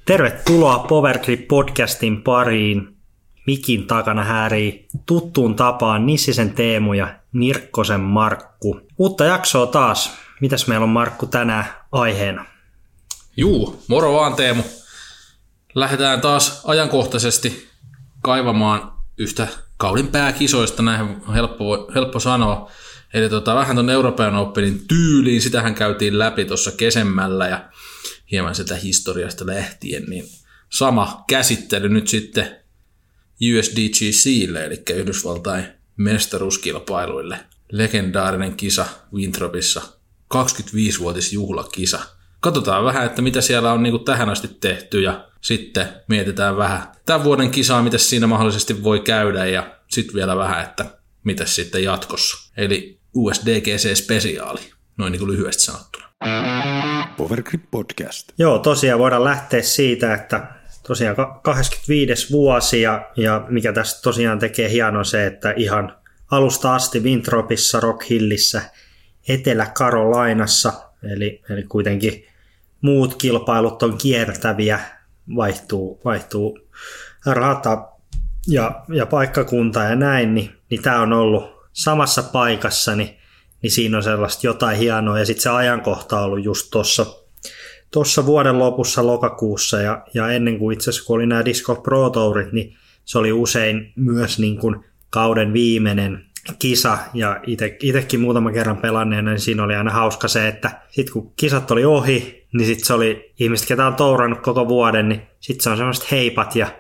Tervetuloa Powergrip-podcastin pariin. Mikin takana häärii tuttuun tapaan Nissisen Teemu ja Nirkkosen Markku. Uutta jaksoa taas. Mitäs meillä on, Markku, tänään aiheena? Moro vaan, Teemu. Lähdetään taas ajankohtaisesti kaivamaan yhtä kauden pääkisoista, näin on helppo sanoa. Eli vähän tuon European Openin tyyliin, sitähän käytiin läpi tuossa kesemmällä ja hieman sitä historiasta lähtien, niin sama käsittely nyt sitten USDGC:lle, eli Yhdysvaltain mestaruuskilpailuille. Legendaarinen kisa Wintropissa, 25-vuotisjuhlakisa. Katsotaan vähän, että mitä siellä on niin tähän asti tehty ja sitten mietitään vähän tämän vuoden kisaa, mitä siinä mahdollisesti voi käydä ja sitten vielä vähän, että mitä sitten jatkossa. Eli USDGC-spesiaali, noin niin kuin lyhyesti sanottuna. Powergrip Podcast. Joo, tosiaan voidaan lähteä siitä, että tosiaan 25. vuosi ja mikä tässä tosiaan tekee hienoa se, että ihan alusta asti Wintropissa, Rock Hillissä, Etelä-Carolinassa, eli kuitenkin muut kilpailut on kiertäviä, vaihtuu rata ja paikkakunta ja näin, niin tämä on ollut samassa paikassa, niin siinä on sellaista jotain hienoa. Ja sitten se ajankohta on ollut just tuossa vuoden lopussa lokakuussa ja ennen kuin itse asiassa kun oli nämä Disc Golf Pro Tourit, niin se oli usein myös niin kuin kauden viimeinen kisa, ja itsekin muutaman kerran pelanneena, niin siinä oli aina hauska se, että sitten kun kisat oli ohi, niin sitten se oli ihmiset, ketä on tourannut koko vuoden, niin sitten se on semmoiset heipat ja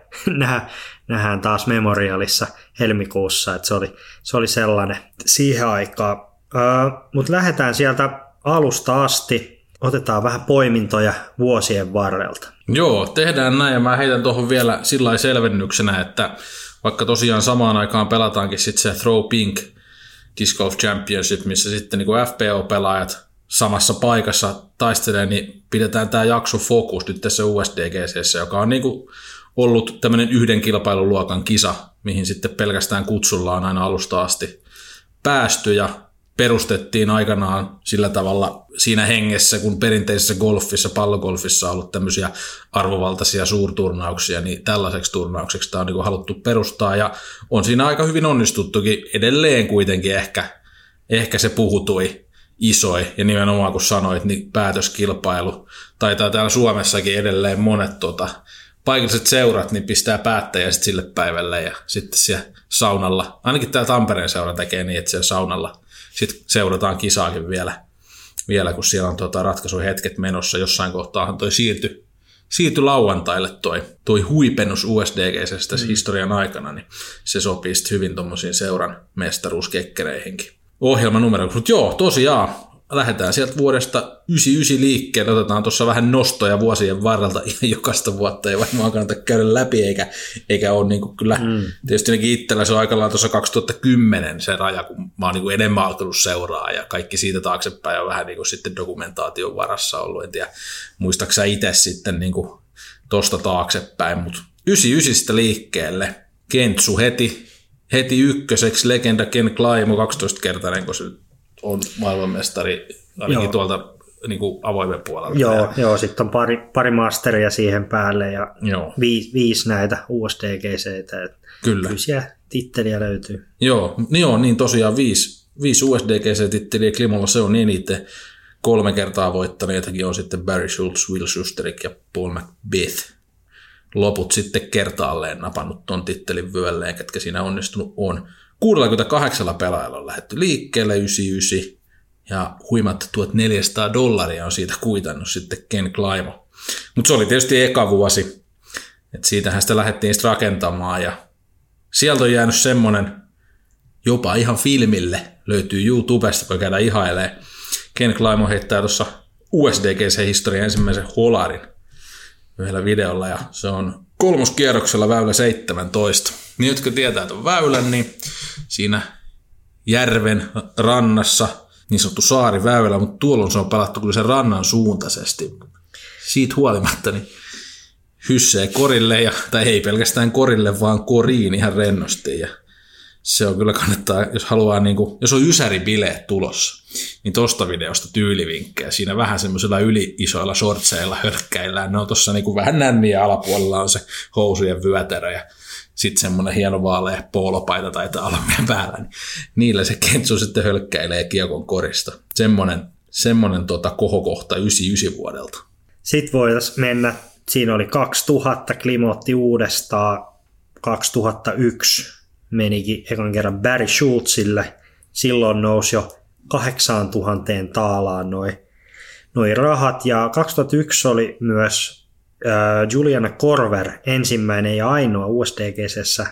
nähdään taas Memorialissa helmikuussa, että se oli sellainen siihen aikaan. Mutta lähdetään sieltä alusta asti, otetaan vähän poimintoja vuosien varrelta. Joo, tehdään näin, ja mä heitän tuohon vielä sillä selvennyksenä, että vaikka tosiaan samaan aikaan pelataankin sitten se Throw Pink Disc Golf Championship, missä sitten niin kuin FPO-pelaajat samassa paikassa taistelee, niin pidetään tämä jakso fokus nyt tässä USDGC:ssä, joka on niin kuin ollut tämmöinen yhden kilpailuluokan kisa, mihin sitten pelkästään kutsulla on aina alusta asti päästy, ja perustettiin aikanaan sillä tavalla siinä hengessä, kun perinteisessä golfissa, pallogolfissa on ollut tämmöisiä arvovaltaisia suurturnauksia, niin tällaiseksi turnaukseksi tämä on niin haluttu perustaa, ja on siinä aika hyvin onnistuttukin. Edelleen kuitenkin ehkä se puhutui isoi, ja nimenomaan kun sanoit, niin päätöskilpailu. Taitaa täällä Suomessakin edelleen monet paikalliset seurat niin pistää päättäjä sitten sille päivälle, ja sitten siellä saunalla, ainakin täällä Tampereen seura tekee niin, että siellä saunalla sitten seurataan kisaakin vielä, kun siellä on ratkaisuhetket menossa. Jossain kohtaahan toi siirtyi lauantaille toi huipennus USDGC:stä historian aikana, niin se sopii sitten hyvin tuommoisiin seuran mestaruuskekkereihinkin. Ohjelmanumero, mutta joo, tosiaan lähdetään sieltä vuodesta 99 liikkeelle, otetaan tuossa vähän nostoja vuosien varrelta ihan jokaista vuotta, ei varmaan kannata käydä läpi, eikä ole niin kuin kyllä, tietysti itsellä se on aikallaan tuossa 2010 se raja, kun mä oon niin kuin enemmän alkanut seuraa, ja kaikki siitä taaksepäin on vähän niin kuin sitten dokumentaation varassa ollut, en tiedä, muistatko sä itse sitten niin kuin tosta taaksepäin, mutta 99 liikkeelle, Kentsu heti ykköseksi, legenda Ken Climo 12-kertainen, kun se on maailmanmestari ainakin tuolta niin kuin avoimen puolelta. Joo, sitten on pari masteria siihen päälle ja 5 näitä USDGC:tä. Kyllä siellä titteliä löytyy. Joo, niin tosiaan 5 USDGC-titteliä Klimolla, se on eniten. 3 kertaa voittaneitakin on sitten Barry Schultz, Will Schusterik ja Paul McBeth. Loput sitten kertaalleen napannut ton tittelin vyölleen, ketkä siinä onnistunut on. 68 pelaajalla on lähdetty liikkeelle 99, ja huimat $1,400 on siitä kuitannut sitten Ken Climo. Mutta se oli tietysti eka vuosi, että siitähän sitä lähdettiin sitten rakentamaan, ja sieltä on jäänyt semmoinen, jopa ihan filmille, löytyy YouTubesta, kun käydään ihailemaan. Ken Climo heittää tuossa USDGC-historian ensimmäisen holarin yhdellä videolla, ja se on 3. kierroksella väylä 17. Niin, jotka tietää tuon väylän, niin siinä järven rannassa, niin sanottu saariväylä, mutta tuolla se on pelattu kyllä sen rannan suuntaisesti. Siitä huolimatta niin hyssee korille, tai ei pelkästään korille, vaan koriin ihan rennosti. Ja se on kyllä kannattaa, jos haluaa, niin kuin, jos on ysäribileet tulossa, niin tosta videosta tyylivinkkejä. Siinä vähän semmoisilla yli-isoilla shortseilla hölkkäillään. Ne on tossa niinku vähän nänniä, alapuolella on se housujen vyötärö ja sitten semmoinen hieno vaalea poolopaita taitaa olla meidän päällä. Niin niillä se Kentsu sitten hölkkäilee kiekon korista. Semmoinen kohokohta 99 vuodelta. Sitten voitaisiin mennä, siinä oli 2000, Klimo otti uudestaan, 2001 menikin ekan kerran Barry Schultzille. Silloin nousi jo 8000 taalaan noi rahat. Ja 2001 oli myös Juliana Korver, ensimmäinen ja ainoa USDGC:ssä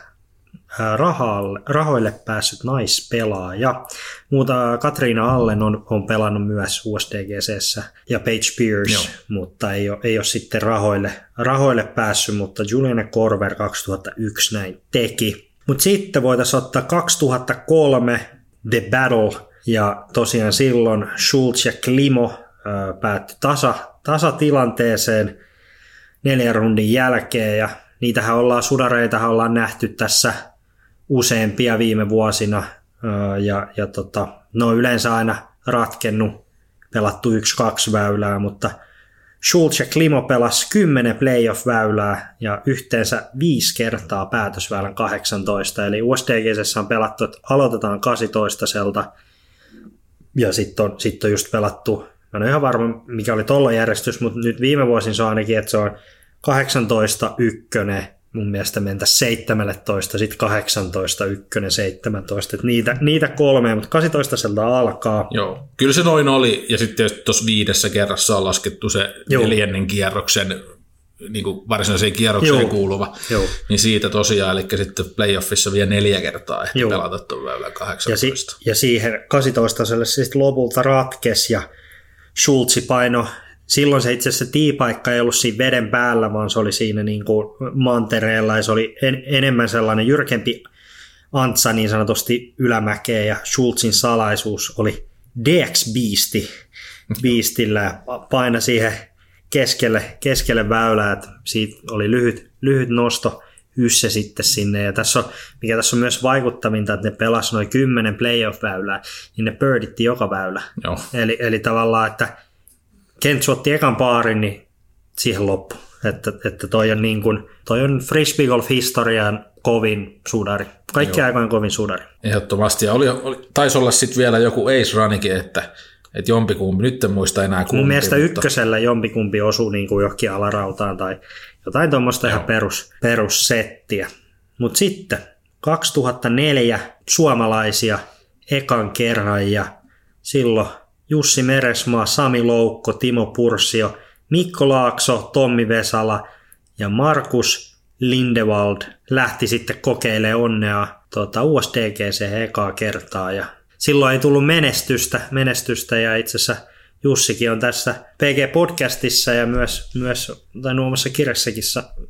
rahoille päässyt naispelaaja. Muuta Katriina Allen on pelannut myös USDGC:ssä ja Paige Pierce, joo, mutta ei ole sitten rahoille päässyt, mutta Juliana Korver 2001 näin teki. Mutta sitten voitaisiin ottaa 2003 The Battle, ja tosiaan silloin Schultz ja Klimo päättyi tasatilanteeseen 4 rundin jälkeen, ja sudareitahan ollaan nähty tässä useampia viime vuosina, ja ne on yleensä aina ratkennut, pelattu 1-2 väylää, mutta Schultz ja Klimo pelasi 10 playoff-väylää ja yhteensä 5 kertaa päätösväylän 18, eli USDGC:ssä on pelattu, että aloitetaan 18-selta, ja sitten on just pelattu, mä en ole ihan varma mikä oli tuolla järjestys, mutta nyt viime vuosin se on ainakin, että se on 18, 1, mun mielestä mentäisiin 17, sitten 18, 1, 17, että niitä 3, mutta 18 sieltä alkaa. Joo, kyllä se noin oli, ja sitten tietysti tuossa 5 kerrassa on laskettu se 4. kierroksen, niin kuin varsinaiseen kierrokseen kuuluva, niin siitä tosiaan, eli sitten playoffissa vielä 4 kertaa ehti pelata tuon väylän 18. Ja siihen 18 se sitten lopulta ratkesi, ja Schultzi paino. Silloin se itse asiassa tiipaikka ei ollut siinä veden päällä, vaan se oli siinä niin kuin mantereella, ja se oli enemmän sellainen jyrkempi antsa niin sanotusti ylämäkeä, ja Schultzin salaisuus oli DX-biistillä, ja paina siihen keskelle väylää, että siitä oli lyhyt nosto hysse sitten sinne, ja mikä tässä on myös vaikuttavinta, että ne pelasi noin 10 playoff-väylää, niin ne birditti joka väylä. Joo. Eli tavallaan, että Kentsu otti ekan paarin, niin siihen loppu. Että toi on frisbeegolf-historian kovin sudari. Kaikki aikojen kovin sudari. Ehdottomasti. Ja taisi olla sitten vielä joku ace runikin, että jompikumpi, nyt en muista enää kumpi. Mun mielestä ykkösellä jompikumpi osui niin kuin johonkin alarautaan tai jotain tuommoista ihan perussettiä. Mutta sitten 2004 suomalaisia ekan kerran, ja silloin Jussi Meresmaa, Sami Loukko, Timo Pursio, Mikko Laakso, Tommi Vesala ja Markus Lindewald lähti sitten kokeilemaan onnea USDGC ekaa kertaa. Ja silloin ei tullut menestystä, ja itse asiassa Jussikin on tässä PG-podcastissa ja myös omassa kirjassakin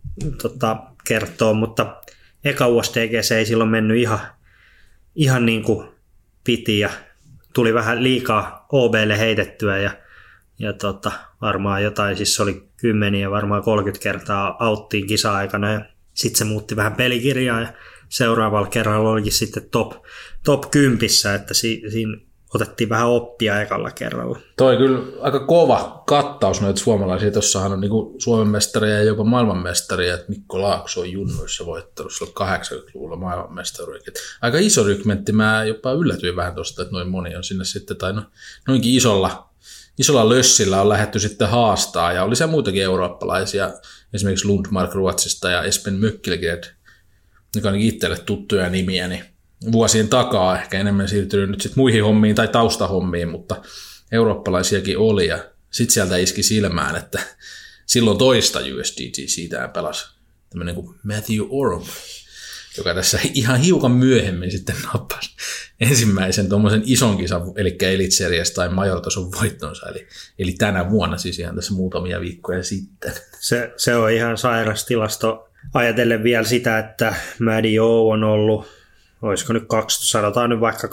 kertoo, mutta eka USDGC ei silloin mennyt ihan niin kuin piti, ja tuli vähän liikaa OBlle heitettyä, ja varmaan jotain, siis se oli 10 ja varmaan 30 kertaa auttiin kisa-aikana, ja sitten se muutti vähän pelikirjaa, ja seuraavalla kerralla olikin sitten top 10, että siinä otettiin vähän oppia ekalla kerralla. Toi kyllä aika kova kattaus noita suomalaisia. Tuossahan on niinku Suomen mestaria ja jopa maailmanmestaria, että Mikko Laakso on junnuissa voittanut silloin 80-luvulla maailmanmestaruikin. Aika iso rykmentti. Mä jopa yllätyin vähän tuosta, että noin moni on sinne sitten, tai noinkin isolla lössillä on lähdetty sitten haastaa, ja oli siellä muitakin eurooppalaisia, esimerkiksi Lundmark Ruotsista ja Espen Mökkilgred, joka on itselle tuttuja nimiä, niin vuosien takaa ehkä enemmän siirtynyt nyt sitten muihin hommiin tai taustahommiin, mutta eurooppalaisiakin oli, ja sitten sieltä iski silmään, että silloin toista USDG siitä pelasi tämmöinen kuin Matthew Orum, joka tässä ihan hiukan myöhemmin sitten nappasi ensimmäisen tuommoisen ison kisan, eli Elite Series tai majoritason voittonsa, eli tänä vuonna siis ihan tässä muutamia viikkoja sitten. Se on ihan sairas tilasto. Ajatellen vielä sitä, että Maddie O on ollut, olisiko nyt sanotaan nyt vaikka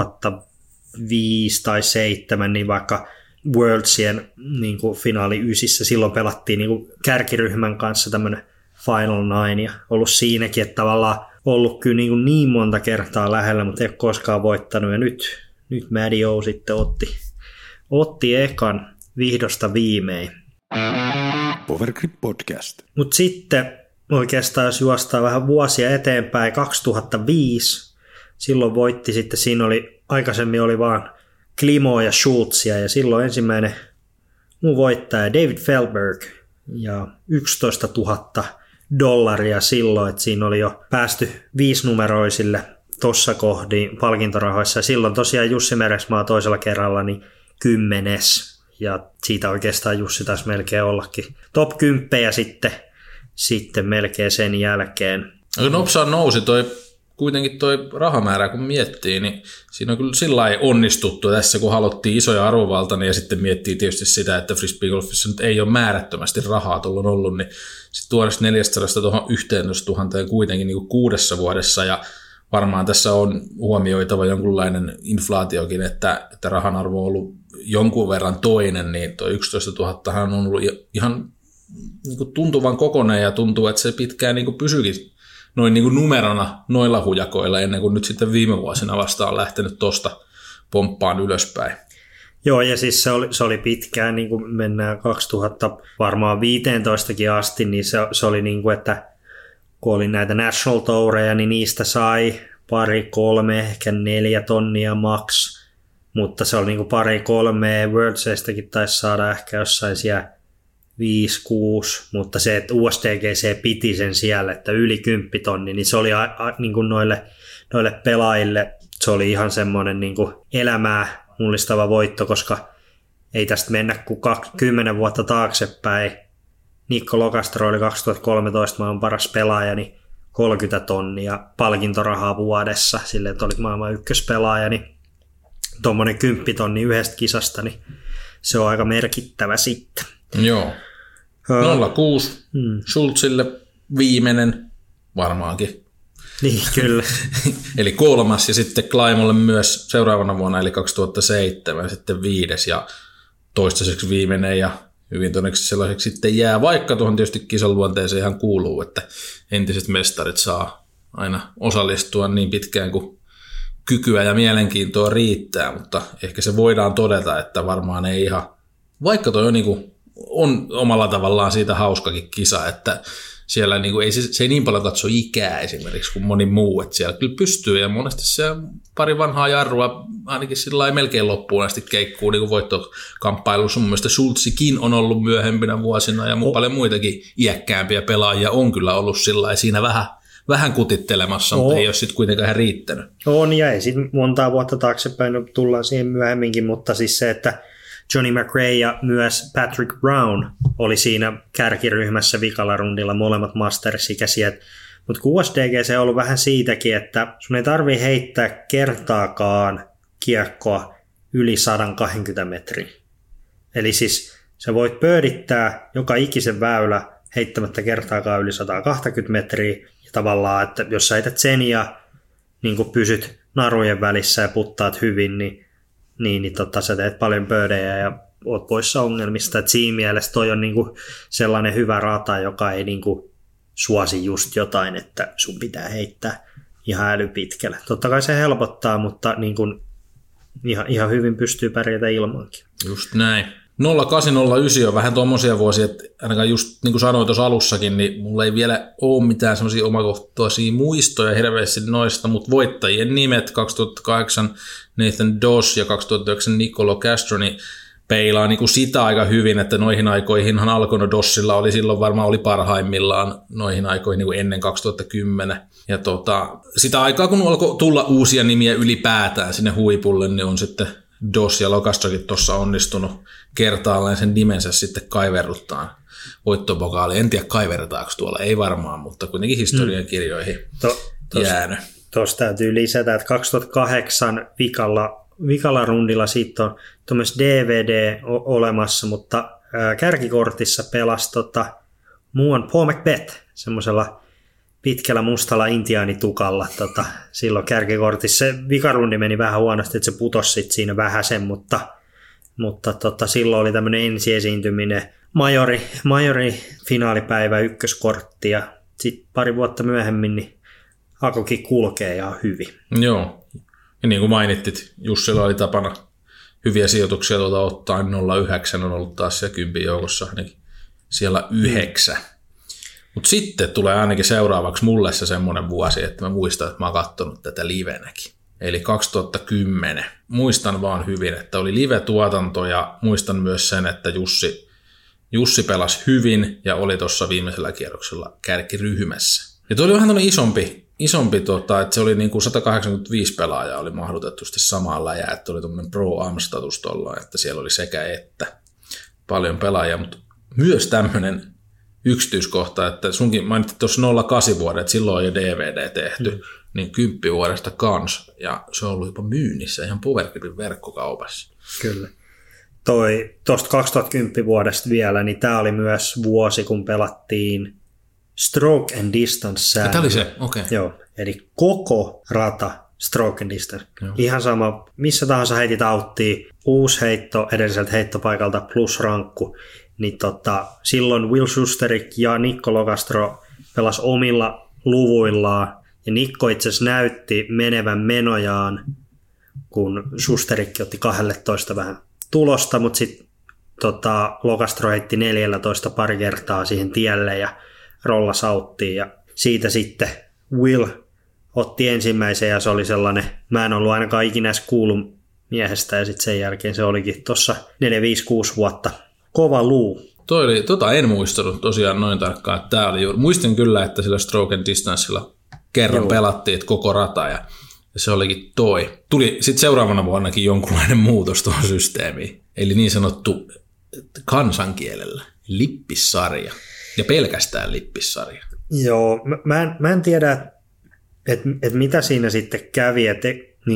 2005 tai 2007, niin vaikka Worldsien niin kuin finaali 9, silloin pelattiin niin kuin kärkiryhmän kanssa tämmöinen Final 9, ja ollut siinäkin, että tavallaan ollut kyllä niin monta kertaa lähellä, mutta ei ole koskaan voittanut, ja nyt Maddie O sitten otti ekan vihdosta viimein. Power Grip Podcast. Mutta sitten oikeastaan, jos juostaa vähän vuosia eteenpäin, 2005, silloin voitti sitten, aikaisemmin oli vaan Klimoa ja Schultzia, ja silloin ensimmäinen muu voittaja David Feldberg, ja $11,000 silloin, että siinä oli jo päästy 5-numeroisille tuossa kohdin palkintorahoissa, ja silloin tosiaan Jussi Meresmaa toisella kerralla niin 10. Ja siitä oikeastaan Jussi taisi melkein ollakin top 10 ja sitten melkein sen jälkeen. Nopsaan nousi kuitenkin toi rahamäärä, kun miettii, niin siinä on kyllä sillä lailla onnistuttu tässä, kun haluttiin isoja arvovaltania ja sitten miettii tietysti sitä, että frisbeegolfissa nyt ei ole määrättömästi rahaa ollut, niin sitten tuoda 400 tuohon 11 000 kuitenkin niin kuin 6 vuodessa ja varmaan tässä on huomioitava jonkunlainen inflaatiokin, että rahan arvo on ollut jonkun verran toinen, niin tuo 11 000 on ollut ihan niin kuin tuntuvan kokoinen ja tuntuu, että se pitkään niin kuin pysyykin noin niin kuin numerona noilla hujakoilla ennen kuin nyt sitten viime vuosina vasta on lähtenyt tuosta pomppaan ylöspäin. Joo, ja siis se oli pitkään, niin kuin mennään 2000 varmaan 15kin asti, niin se oli niin kuin, että kun oli näitä National Toureja, niin niistä sai 2-3, ehkä 4 tonnia max, mutta se oli niin kuin 2-3, Worldsistakin taisi saada ehkä jossain siellä 5-6, mutta se, että USDGC piti sen siellä, että yli 10 tonni, niin se oli niin kuin noille pelaajille, se oli ihan semmoinen niin kuin elämää mullistava voitto, koska ei tästä mennä kuin 10 vuotta taaksepäin. Nikko Locastro oli 2013 maailman paras pelaaja, niin 30 tonnia palkintorahaa vuodessa, silleen, että olit maailman ykköspelaaja, niin tuommoinen 10 tonni yhdestä kisasta, niin se on aika merkittävä sitten. Joo. 06 Schultzille viimeinen varmaankin. Niin, kyllä. Eli 3. ja sitten Climolle myös seuraavana vuonna, eli 2007, sitten 5. ja toistaiseksi viimeinen ja hyvin todennäköisesti sellaiseksi sitten jää, vaikka tuohon tietysti kisan luonteeseen ihan kuuluu, että entiset mestarit saa aina osallistua niin pitkään kuin kykyä ja mielenkiintoa riittää, mutta ehkä se voidaan todeta, että varmaan ei ihan, vaikka toi on, niin kuin, on omalla tavallaan siitä hauskakin kisa, että siellä niin kuin, se ei niin paljon katso ikää esimerkiksi kuin moni muu, että siellä kyllä pystyy ja monesti se pari vanhaa jarrua ainakin sillä lailla melkein loppuun asti keikkuu niin kuin voittokamppailussa. Mun mielestä Schultzikin on ollut myöhempinä vuosina ja paljon muitakin iäkkäämpiä pelaajia on kyllä ollut sillä lailla siinä vähän kutittelemassa, mutta ei ole sitten kuitenkaan ihan riittänyt. On ja ei sitten montaa vuotta taaksepäin, tullaan siihen myöhemminkin, mutta siis se, että Johnny McRae ja myös Patrick Brown oli siinä kärkiryhmässä vikalla rundilla, molemmat Masters-ikäisiä. Mutta USDGC on ollut vähän siitäkin, että sun ei tarvitse heittää kertaakaan kiekkoa yli 120 metriä. Eli siis sä voit pöydittää joka ikisen väylä heittämättä kertaakaan yli 120 metriä. Ja tavallaan, että jos sä heität sen ja niin kun pysyt narujen välissä ja puttaat hyvin, niin sä teet paljon pöydejä ja oot poissa ongelmista. Et siinä mielessä toi on niinku sellainen hyvä rata, joka ei niinku suosi just jotain, että sun pitää heittää ihan älypitkälle. Totta kai se helpottaa, mutta niinku ihan hyvin pystyy pärjätä ilmankin. Just näin. 0809 on vähän tommosia vuosia, että ainakaan just niin kuin sanoin tuossa alussakin, niin mulla ei vielä ole mitään semmoisia omakohtaisia muistoja hirveästi noista, mutta voittajien nimet 2008 Nathan Doss ja 2009 Nicolo Castro, niin peilaa niin kuin sitä aika hyvin, että noihin aikoihinhan alkoi Dossilla oli silloin varmaan oli parhaimmillaan noihin aikoihin niin kuin ennen 2010. Ja sitä aikaa, kun alkoi tulla uusia nimiä ylipäätään sinne huipulle, niin on sitten Doss ja Locastrokin tuossa onnistunut kertaalleen sen nimensä sitten kaiverruttaan voittopokaali. En tiedä kaivertaako tuolla, ei varmaan, mutta kuitenkin historiankirjoihin jäänyt. Tuossa täytyy lisätä, että 2008 vikalla rundilla siitä on tuommoista DVD olemassa, mutta kärkikortissa pelasi muuan Paul McBeth semmoisella pitkällä mustalla intiaanitukalla silloin kärkikortissa. Se vikarundi meni vähän huonosti, että se putosi sit siinä vähäsen, mutta silloin oli tämmöinen ensiesiintyminen majori finaalipäivä ykköskortti ja sitten pari vuotta myöhemmin niin alkoikin kulkea ihan hyvin. Joo, ja niin kuin mainittit, Jussilla oli tapana hyviä sijoituksia tuolta ottaa, 09 on ollut taas siellä 10 joukossa ainakin siellä 9. Mutta sitten tulee ainakin seuraavaksi mulle se semmoinen vuosi, että mä muistan, että mä oon katsonut tätä livenäkin. Eli 2010. Muistan vaan hyvin, että oli live-tuotanto ja muistan myös sen, että Jussi pelasi hyvin ja oli tuossa viimeisellä kierroksella kärkiryhmässä. Ja tuo oli vähän isompi että se oli niin kuin 185 pelaajaa oli mahdotettu sitten samaan läjään, että oli tuommoinen Pro-Am-status tuolla, että siellä oli sekä että paljon pelaajia, mutta myös tämmöinen yksityiskohta, että sunkin mainittiin tuossa 08 vuodet, että silloin on jo DVD tehty, niin 10 vuodesta kans, ja se on ollut jopa myynnissä ihan Powergripin verkkokaupassa. Kyllä. Tuosta 2010 vuodesta vielä, niin tämä oli myös vuosi, kun pelattiin Stroke and Distance. Tämä oli se, okei. Okay. Joo, eli koko rata Stroke and Distance. Joo. Ihan sama, missä tahansa heitit auttiin, uusi heitto edelliseltä heittopaikalta plus rankku, niin silloin Will Schusterik ja Nikko Locastro pelas omilla luvuillaan, ja Nikko itse asiassa näytti menevän menojaan, kun Schusterikki otti 12 vähän tulosta, mutta sitten Locastro heitti 14 pari kertaa siihen tielle ja rollasi auttiin, ja siitä sitten Will otti ensimmäisen, ja se oli sellainen, mä en ollut ainakaan ikinä edes kuullut miehestä, ja sitten sen jälkeen se olikin tuossa 4-5-6 vuotta kova luu. En muistanut tosiaan noin tarkkaan, että tämä oli juuri. Muistin kyllä, että sillä Stroke and Distancella kerran pelattiin, että koko rata, ja se olikin toi. Tuli sitten seuraavana vuonnakin jonkunlainen muutos tuohon systeemiin, eli niin sanottu kansankielellä lippissarja, ja pelkästään lippissarja. Joo, mä en tiedä, että mitä siinä sitten kävi, että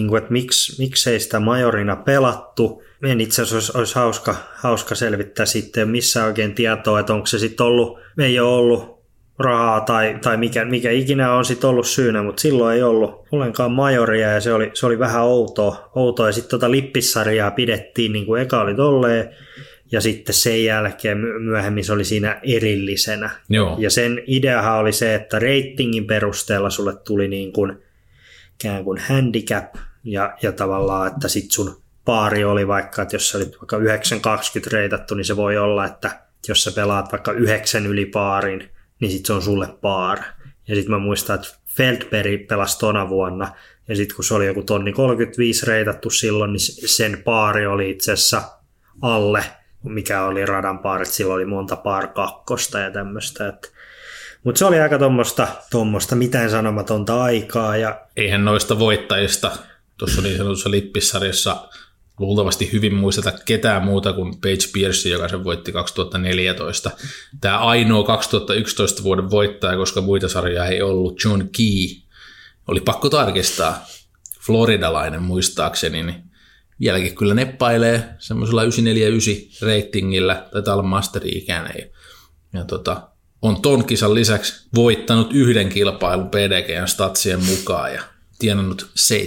miksei sitä majorina pelattu. En itse asiassa olisi hauska selvittää sitten, missä oikein tietoa, että onko se sitten ollut, ei ole ollut rahaa tai mikä ikinä on sitten ollut syynä, mutta silloin ei ollut ollenkaan majoria, ja se oli vähän outoa. Ja sitten lippissarjaa pidettiin, niin kuin eka oli tolleen, ja sitten sen jälkeen myöhemmin se oli siinä erillisenä. Joo. Ja sen ideahan oli se, että ratingin perusteella sulle tuli niin kuin ikään kuin handicap, ja tavallaan, että sit sun paari oli vaikka, että jos sä olit vaikka 9-20 reitattu, niin se voi olla, että jos sä pelaat vaikka 9 yli paarin, niin sit se on sulle paar. Ja sit mä muistan, että Feldberg pelasi tona vuonna, ja sit kun se oli joku 35 reitattu silloin, niin sen paari oli itse asiassa alle, mikä oli radan paari, että silloin oli monta par kakkosta ja tämmöistä. Mutta se oli aika tuommoista mitään sanomatonta aikaa. Ja eihän noista voittajista tuossa niin sanotussa lippissarjassa luultavasti hyvin muisteta ketään muuta kuin Paige Pierce, joka sen voitti 2014. Tämä ainoa 2011 vuoden voittaja, koska muita sarjaa ei ollut, John Key, oli pakko tarkistaa, floridalainen muistaakseni, niin vieläkin kyllä neppailee semmoisella 949 ratingillä, taitaa olla masteri-ikäinen. Ja on ton kisan lisäksi voittanut yhden kilpailun PDGn statsien mukaan ja tienannut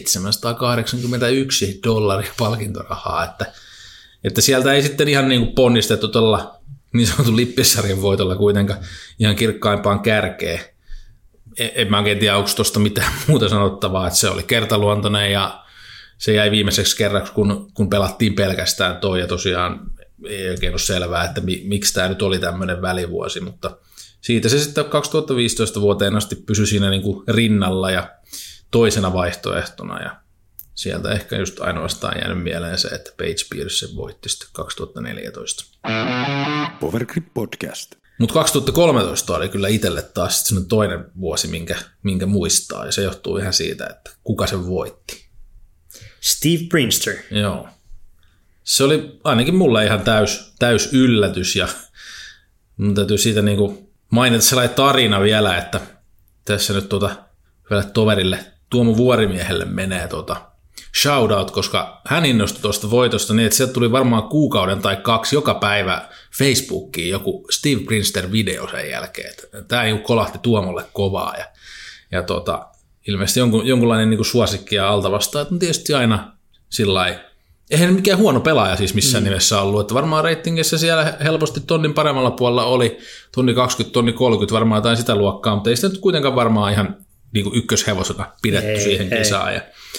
$781 palkintorahaa, että sieltä ei sitten ihan niin kuin ponnistettu tuolla niin sanotun lippissarjan voitolla kuitenkaan ihan kirkkaimpaan kärkeen. En mä oikein tiedä, onko tuosta mitään muuta sanottavaa, että se oli kertaluontoinen ja se jäi viimeiseksi kerraksi, kun pelattiin pelkästään toi, ja tosiaan ei oikein ole selvää, että miksi tämä nyt oli tämmöinen välivuosi, mutta siitä se sitten 2015 vuoteen asti pysyi siinä niin kuin rinnalla ja toisena vaihtoehtona, ja sieltä ehkä just ainoastaan jäänyt mieleen se, että Paige Pierce voitti sitten 2014. Powergrip Podcast. Mutta 2013 oli kyllä itselle taas sitten toinen vuosi, minkä muistaa, ja se johtuu ihan siitä, että kuka sen voitti. Steve Brinster. Joo. Se oli ainakin mulle ihan täys yllätys, ja mun täytyy siitä niinku mainita sellainen tarina vielä, että tässä nyt vielä toverille Tuomo Vuorimiehelle menee shoutout, koska hän innostui tuosta voitosta niin, että sieltä tuli varmaan kuukauden tai 2 joka päivä Facebookiin joku Steve Brinster-video sen jälkeen. Tämä kolahti Tuomolle kovaa, ja ilmeisesti jonkunlainen niin kuin suosikki ja alta vastaan, että on tietysti aina sillain. Eihän mikään huono pelaaja siis missään nimessä ollut, että varmaan ratingissä siellä helposti tonnin paremmalla puolella oli tonni 20, tonni 30, varmaan jotain sitä luokkaa, mutta ei sitä nyt kuitenkaan varmaan ihan niin kuin ykköshevosena pidetty siihen kisaan. Ja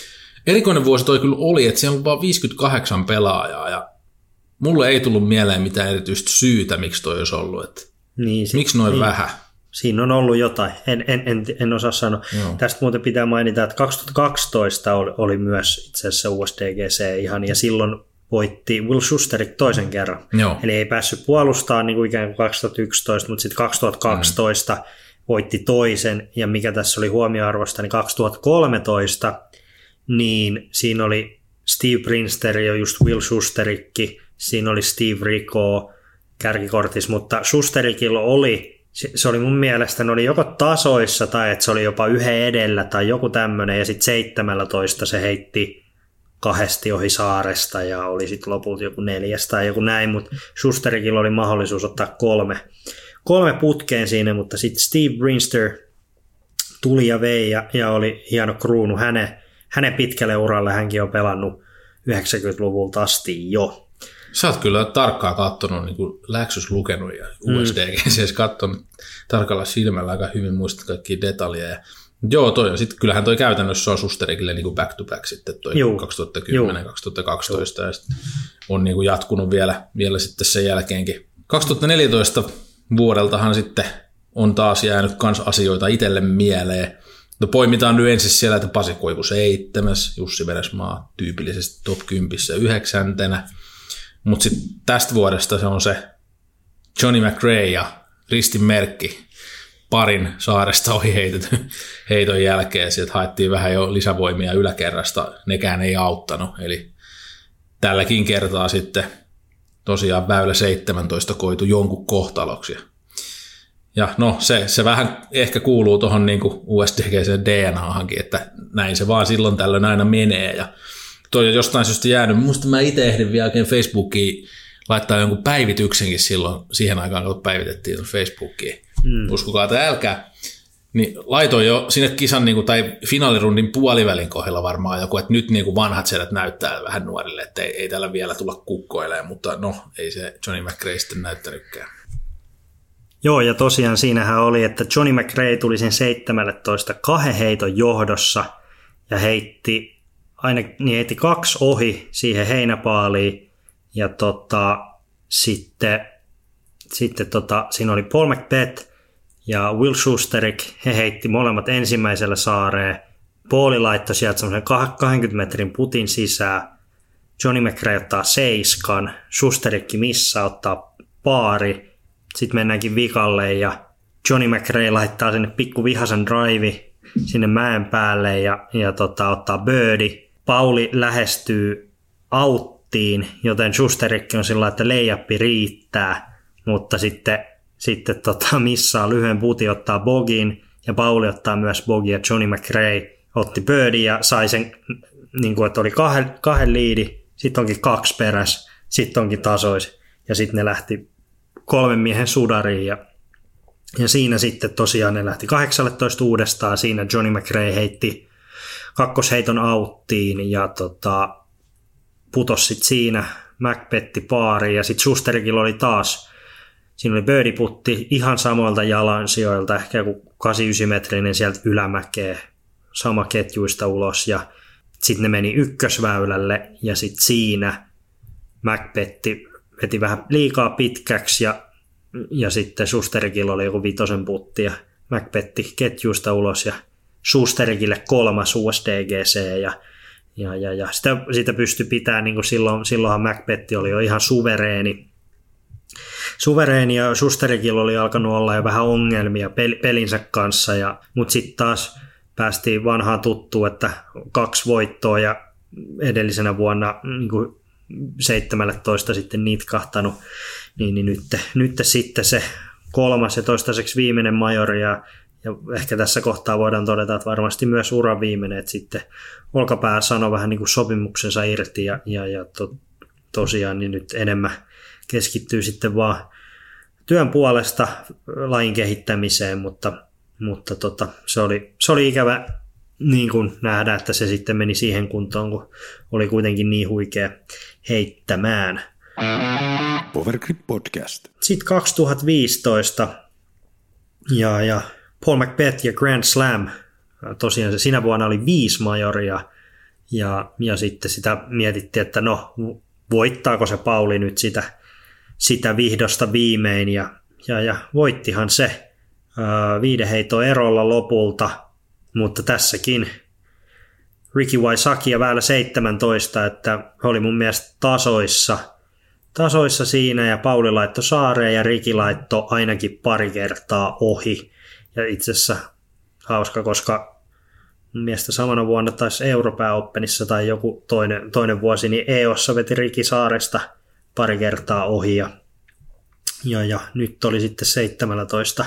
erikoinen vuosi toi kyllä oli, että siellä on vaan 58 pelaajaa ja mulle ei tullut mieleen mitään erityistä syytä, miksi toi olisi ollut. Että niin, miksi noin vähän? Siinä on ollut jotain, en osaa sanoa. Joo. Tästä muuten pitää mainita, että 2012 oli myös itse asiassa USDGC ihan, ja silloin voitti Will Schusterik toisen kerran. Joo. Eli ei päässyt puolustamaan niin kuin ikään kuin 2011, mutta sitten 2012 voitti toisen, ja mikä tässä oli huomioarvosta, niin 2013, niin siinä oli Steve Brinster ja just Will Schusterikki, siinä oli Steve Rico kärkikortissa, mutta Schusterikilla oli, se oli mun mielestä, ne oli joko tasoissa tai että se oli jopa yhden edellä tai joku tämmöinen, ja sitten 17 se heitti 2 ohi saaresta ja oli sitten lopulta joku 4 tai joku näin, mutta Schusterikilla oli mahdollisuus ottaa 3 putkeen siinä, mutta sitten Steve Brinster tuli ja vei ja oli hieno kruunu hänen pitkälle uralle, hänkin on pelannut 90-luvulta asti jo. Sä oot kyllä tarkkaan katsonut, niin kuin läksys lukenut ja USDGCs katsonut tarkalla silmällä aika hyvin, muistat kaikkia detaljeja. Joo, sitten kyllähän toi käytännössä on Schusterikille niin kuin back to back sitten toi 2010-2012 ja sitten on niin kuin jatkunut vielä sitten sen jälkeenkin. 2014 vuodeltahan sitten on taas jäänyt kans asioita itselle mieleen. No poimitaan nyt ensin siellä, että Pasi Koivu 7, Jussi Veresmaa tyypillisesti top 10 9. Mutta sitten tästä vuodesta se on se Johnny McRae ja Ristin Merkki parin saaresta ohi heiton jälkeen. Sieltä haettiin vähän jo lisävoimia yläkerrasta, nekään ei auttanut. Eli tälläkin kertaa sitten tosiaan väylä 17 koitu jonkun kohtaloksi. Ja no se vähän ehkä kuuluu tuohon niinku USDGC:n DNAhankin, että näin se vaan silloin tällöin aina menee. Ja toi on jostain syystä jäänyt. Musta mä itse ehdin vielä oikein Facebookiin laittaa jonkun päivityksenkin silloin siihen aikaan, kun päivitettiin Facebookiin. Uskokaa tai älkää. Niin laitoin jo sinne kisan tai finaalirundin puolivälin kohdalla varmaan joku, että nyt vanhat sedät näyttää vähän nuorille, että ei täällä vielä tulla kukkoilemaan, mutta no ei se Johnny McRae sitten näyttänytkään. Joo, ja tosiaan siinähän oli, että Johnny McRae tuli sen 17 2 heiton johdossa ja heitti 2 ohi siihen heinäpaaliin, ja sitten siinä oli Paul McBeth ja Will Schusterik, he heitti molemmat ensimmäisellä saareen. Pauli laittoi sieltä semmoisen 20 metrin putin sisään. Johnny McRae ottaa 7, Schusterikki missaa, ottaa paari. Sitten mennäänkin vikalle ja Johnny McRae laittaa sinne pikku vihasen drive sinne mäen päälle ja ottaa birdie. Pauli lähestyy auttiin, joten Schusterikki on sillä, että layuppi riittää, mutta sitten missaa lyhyen putin, ottaa bogin ja Pauli ottaa myös bogin ja Johnny McRae otti birdie ja sai sen, että oli 2 liidi, sitten onkin 2 peräs, sitten onkin tasois ja sitten ne lähti 3 miehen sudariin ja siinä sitten tosiaan ne lähti 18 uudestaan. Siinä Johnny McRae heitti 2 heiton auttiin ja putosi sitten siinä McBethi paariin ja sitten Schusterikilla oli taas, siinä oli birdie-putti ihan samoilta jalansijoilta, ehkä joku 8-9 metrinen sieltä ylämäkeä, sama ketjuista ulos ja sitten ne meni ykkösväylälle ja sitten siinä McBethi veti vähän liikaa pitkäksi ja sitten Schusterikilla oli joku 5 putti ja McBethi ketjuista ulos ja Schusterikille 3 USDGC ja sitä pystyi pitämään, niin kuin silloinhan McBethi oli jo ihan suvereeni ja Schusterikilla oli alkanut olla jo vähän ongelmia pelinsä kanssa, mutta sitten taas päästiin vanhaan tuttuun, että 2 voittoa ja edellisenä vuonna niin kuin 17 sitten nitkahtanut, niin nyt sitten se 3. ja toistaiseksi viimeinen majori ja ehkä tässä kohtaa voidaan todeta, että varmasti myös uran viimeinen, että sitten olkapää sanoi vähän niin kuin sopimuksensa irti ja tosiaan niin nyt enemmän keskittyy sitten vaan työn puolesta lajin kehittämiseen, mutta se oli ikävä niin kuin nähdä, että se sitten meni siihen kuntoon, kun oli kuitenkin niin huikea heittämään. Powergrip Podcast. Sitten 2015 ja Paul McBeth ja Grand Slam. Tosiaan se siinä vuonna oli 5 majoria Ja sitten sitä mietittiin, että no voittaako se Pauli nyt sitä vihdosta viimein ja voittihan se 5 heiton erolla lopulta, mutta tässäkin Ricky Wysocki ja väylä 17, että oli mun mielestä tasoissa siinä ja Pauli laittoi saareen ja Ricky laittoi ainakin pari kertaa ohi. Ja itse asiassa hauska, koska mun mielestä samana vuonna taisi Europääoppenissa tai joku toinen vuosi, niin EOssa veti Ricky saaresta pari kertaa ohi ja nyt oli sitten 17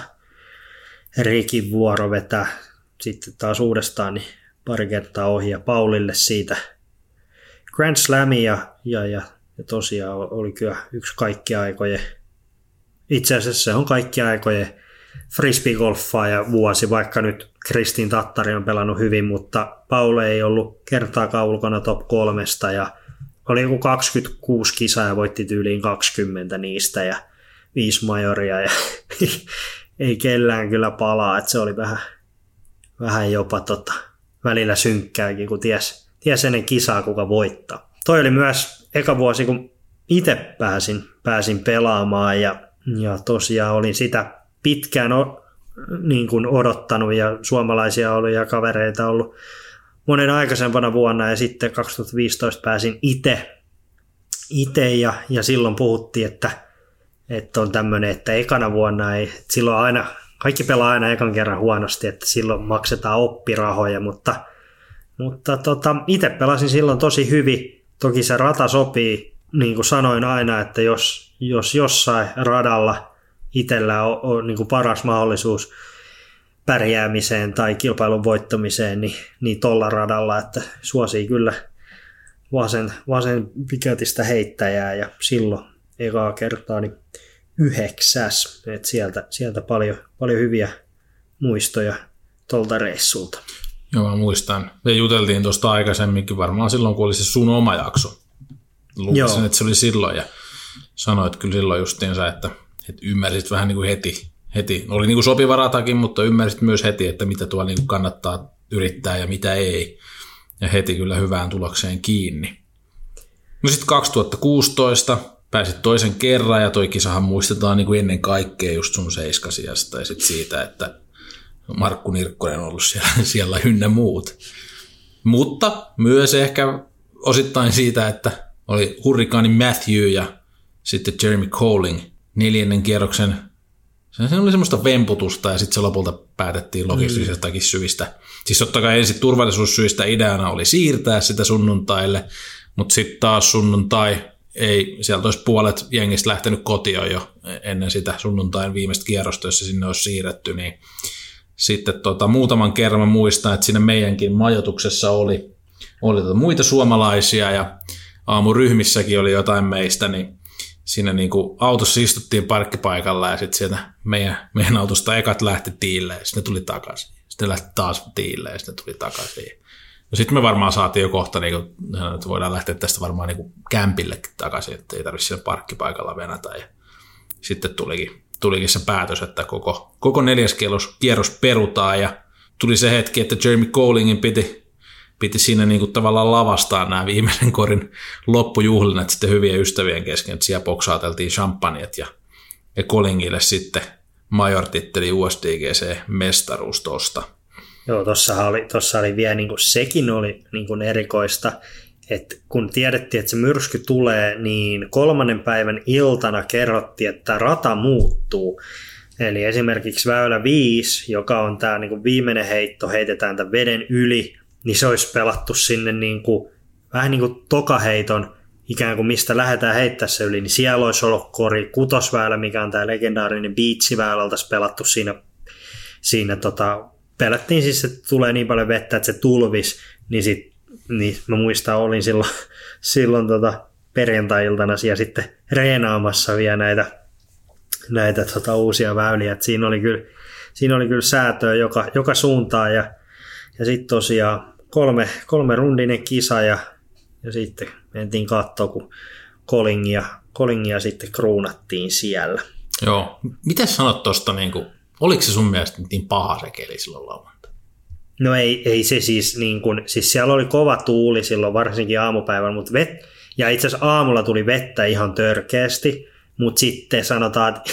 Rickin vuoro vetää sitten taas uudestaan niin pari kertaa ohi ja Paulille siitä Grand Slami ja tosiaan oli kyllä yksi kaikkien aikojen, itse asiassa se on kaikkien aikojen frisbeegolfaaja vuosi, vaikka nyt Kristin Tattari on pelannut hyvin, mutta Paul ei ollut kertaakaan ulkona top 3 ja oli joku 26 kisaa ja voitti tyyliin 20 niistä ja 5 majoria ja ei kellään kyllä palaa, että se oli vähän jopa välillä synkkääkin, kun ties ennen kisaa kuka voittaa. Toi oli myös eka vuosi, kun itse pääsin pelaamaan ja tosiaan olin sitä pitkään niin kuin odottanut ja suomalaisia oli ja kavereita ollut monen aikaisempana vuonna ja sitten 2015 pääsin itse ja silloin puhuttiin, että on tämmöinen, että ekana vuonna ei, silloin aina, kaikki pelaa aina ekan kerran huonosti, että silloin maksetaan oppirahoja, mutta itse pelasin silloin tosi hyvin. Toki se rata sopii, niin kuin sanoin aina, että jos jossain radalla itsellä on niin kuin paras mahdollisuus pärjäämiseen tai kilpailun voittamiseen, niin tuolla radalla, että suosii kyllä vasen pikatista heittäjää ja silloin ekaa kertaa niin 9. Et sieltä paljon hyviä muistoja tuolta reissulta. Joo, mä muistan. Me juteltiin tuosta aikaisemminkin varmaan silloin, kun oli se sun oma jakso. Luulisin, että se oli silloin ja sanoit kyllä silloin justiinsa, että ymmärsit vähän niin kuin heti. Oli niin kuin sopiva ratakin, mutta ymmärsit myös heti, että mitä tuolla niin kuin kannattaa yrittää ja mitä ei. Ja heti kyllä hyvään tulokseen kiinni. No sitten 2016 pääsit toisen kerran ja toi kisahan muistetaan niin kuin ennen kaikkea just sun 7 ja sitten siitä, että Markku Nirkkonen on ollut siellä ynnä muut. Mutta myös ehkä osittain siitä, että oli hurrikaani Matthew ja sitten Jeremy Colling 4. kierroksen. Se oli semmoista vemputusta ja sitten se lopulta päätettiin logistisestakin syistä. Siis totta kai ensin turvallisuussyistä ideana oli siirtää sitä sunnuntaille, mutta sitten taas sunnuntai ei, sieltä olisi puolet jengistä lähtenyt kotiin jo ennen sitä sunnuntain viimeistä kierrosta, jos se sinne olisi siirretty, niin sitten muutaman kerran mä muistan, että siinä meidänkin majoituksessa oli muita suomalaisia ja aamuryhmissäkin oli jotain meistä, niin siinä niin kuin autossa istuttiin parkkipaikalla ja sitten sieltä meidän autosta ekat lähti tiille ja sitten ne tuli takaisin. Sitten lähti taas tiille ja sitten tuli takaisin. No sitten me varmaan saatiin jo kohta, niin kuin, että voidaan lähteä tästä varmaan niin kuin kämpillekin takaisin, että ei tarvitse siellä parkkipaikalla venätä. Ja sitten tulikin se päätös, että koko 4. kierros perutaan ja tuli se hetki, että Jeremy Collingin piti siinä niin kuin tavallaan lavastaa nämä viimeisen korin loppujuhlinnat sitten hyvien ystävien kesken, että siellä boksaateltiin champagnet ja Collingille sitten major-titteli USDGC-mestaruus tosta. Joo, tuossa oli vielä, niin kuin, sekin oli niin kuin erikoista, että kun tiedettiin, että se myrsky tulee, niin 3. päivän iltana kerrottiin, että rata muuttuu. Eli esimerkiksi väylä 5, joka on tämä niin kuin viimeinen heitto, heitetään tämän veden yli, niin se olisi pelattu sinne niin kuin, vähän niin kuin tokaheiton, ikään kuin mistä lähdetään heittää se yli, niin siellä olisi ollut kori 6. väylä, mikä on tämä legendaarinen beach-väylä, oltaisiin pelattu siinä pelättiin siis, että tulee niin paljon vettä, että se tulvisi, niin mä muistan, olin silloin perjantai-iltana siellä sitten reenaamassa vielä näitä uusia väyliä. Et siinä oli kyllä säätöä joka suuntaan ja sitten tosiaan kolme rundinen kisa ja sitten mentiin katsoa, kun Collingia sitten kruunattiin siellä. Joo. Mitä sanot tuosta, oliko se sun mielestä niin paha se keli silloin lauantai? No ei se siis niin kuin, siis siellä oli kova tuuli silloin varsinkin aamupäivällä, mutta ja itse asiassa aamulla tuli vettä ihan törkeästi, mutta sitten sanotaan, että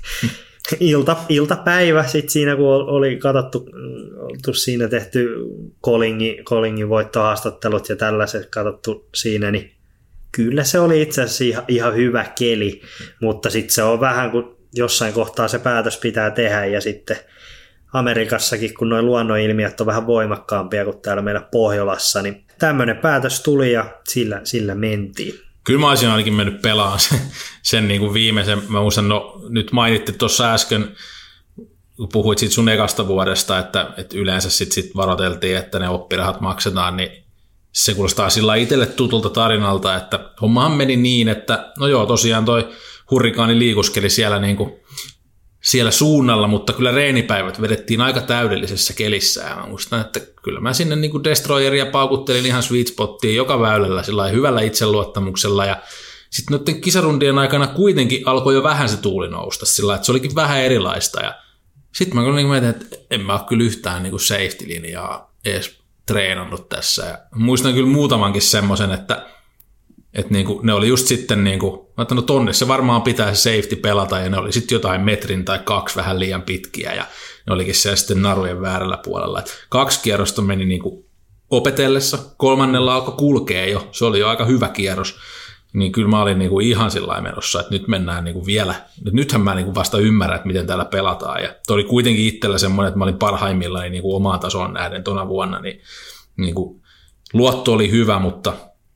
iltapäivä sitten siinä kun oli katsottu siinä tehty Collingin voittohaastattelut ja tällaiset katsottu siinä, niin kyllä se oli itse asiassa ihan hyvä keli, mutta sitten se on vähän kun jossain kohtaa se päätös pitää tehdä ja sitten Amerikassakin, kun nuo luonnonilmiöt on vähän voimakkaampia kuin täällä meillä Pohjolassa, niin tämmöinen päätös tuli ja sillä mentiin. Kyllä mä olisin ainakin mennyt pelaamaan sen niin kuin viimeisen. Mä muistan, nyt mainittiin tuossa äsken, kun puhuit siitä sun ekasta vuodesta, että yleensä sit varoiteltiin, että ne oppirahat maksetaan, niin se kuulostaa sillä itselle tutulta tarinalta, että hommahan meni niin, että no joo, tosiaan toi hurrikaani liikuskeli siellä niin kuin siellä suunnalla, mutta kyllä reenipäivät vedettiin aika täydellisessä kelissä. Ja mä muistan, että kyllä mä sinne niin kuin Destroyeria paukuttelin ihan sweet spottiin joka väylällä sillä hyvällä itseluottamuksella. Ja sitten noiden kisarundien aikana kuitenkin alkoi jo vähän se tuuli nousta sillä, että se olikin vähän erilaista. Ja sitten mä kyllä niin mietin, että en mä ole kyllä yhtään niin kuin safety-linjaa edes treenannut tässä. Ja muistan kyllä muutamankin semmoisen, että niinku, ne oli just sitten, niinku, no tonne se varmaan pitää se safety pelata, ja ne oli sitten jotain metrin tai 2 vähän liian pitkiä, ja ne olikin siellä sitten narujen väärällä puolella. 2 kierrosta meni niinku opetellessa, 3. alkoi kulkea jo, se oli jo aika hyvä kierros, niin kyllä mä olin niinku ihan sillä menossa, että nyt mennään niinku vielä, nythän mä niinku vasta ymmärrän, että miten täällä pelataan, ja toi oli kuitenkin itsellä semmoinen, että mä olin parhaimmillaan niinku omaan tasoon nähden tuona vuonna, niin niinku, luotto oli hyvä, mutta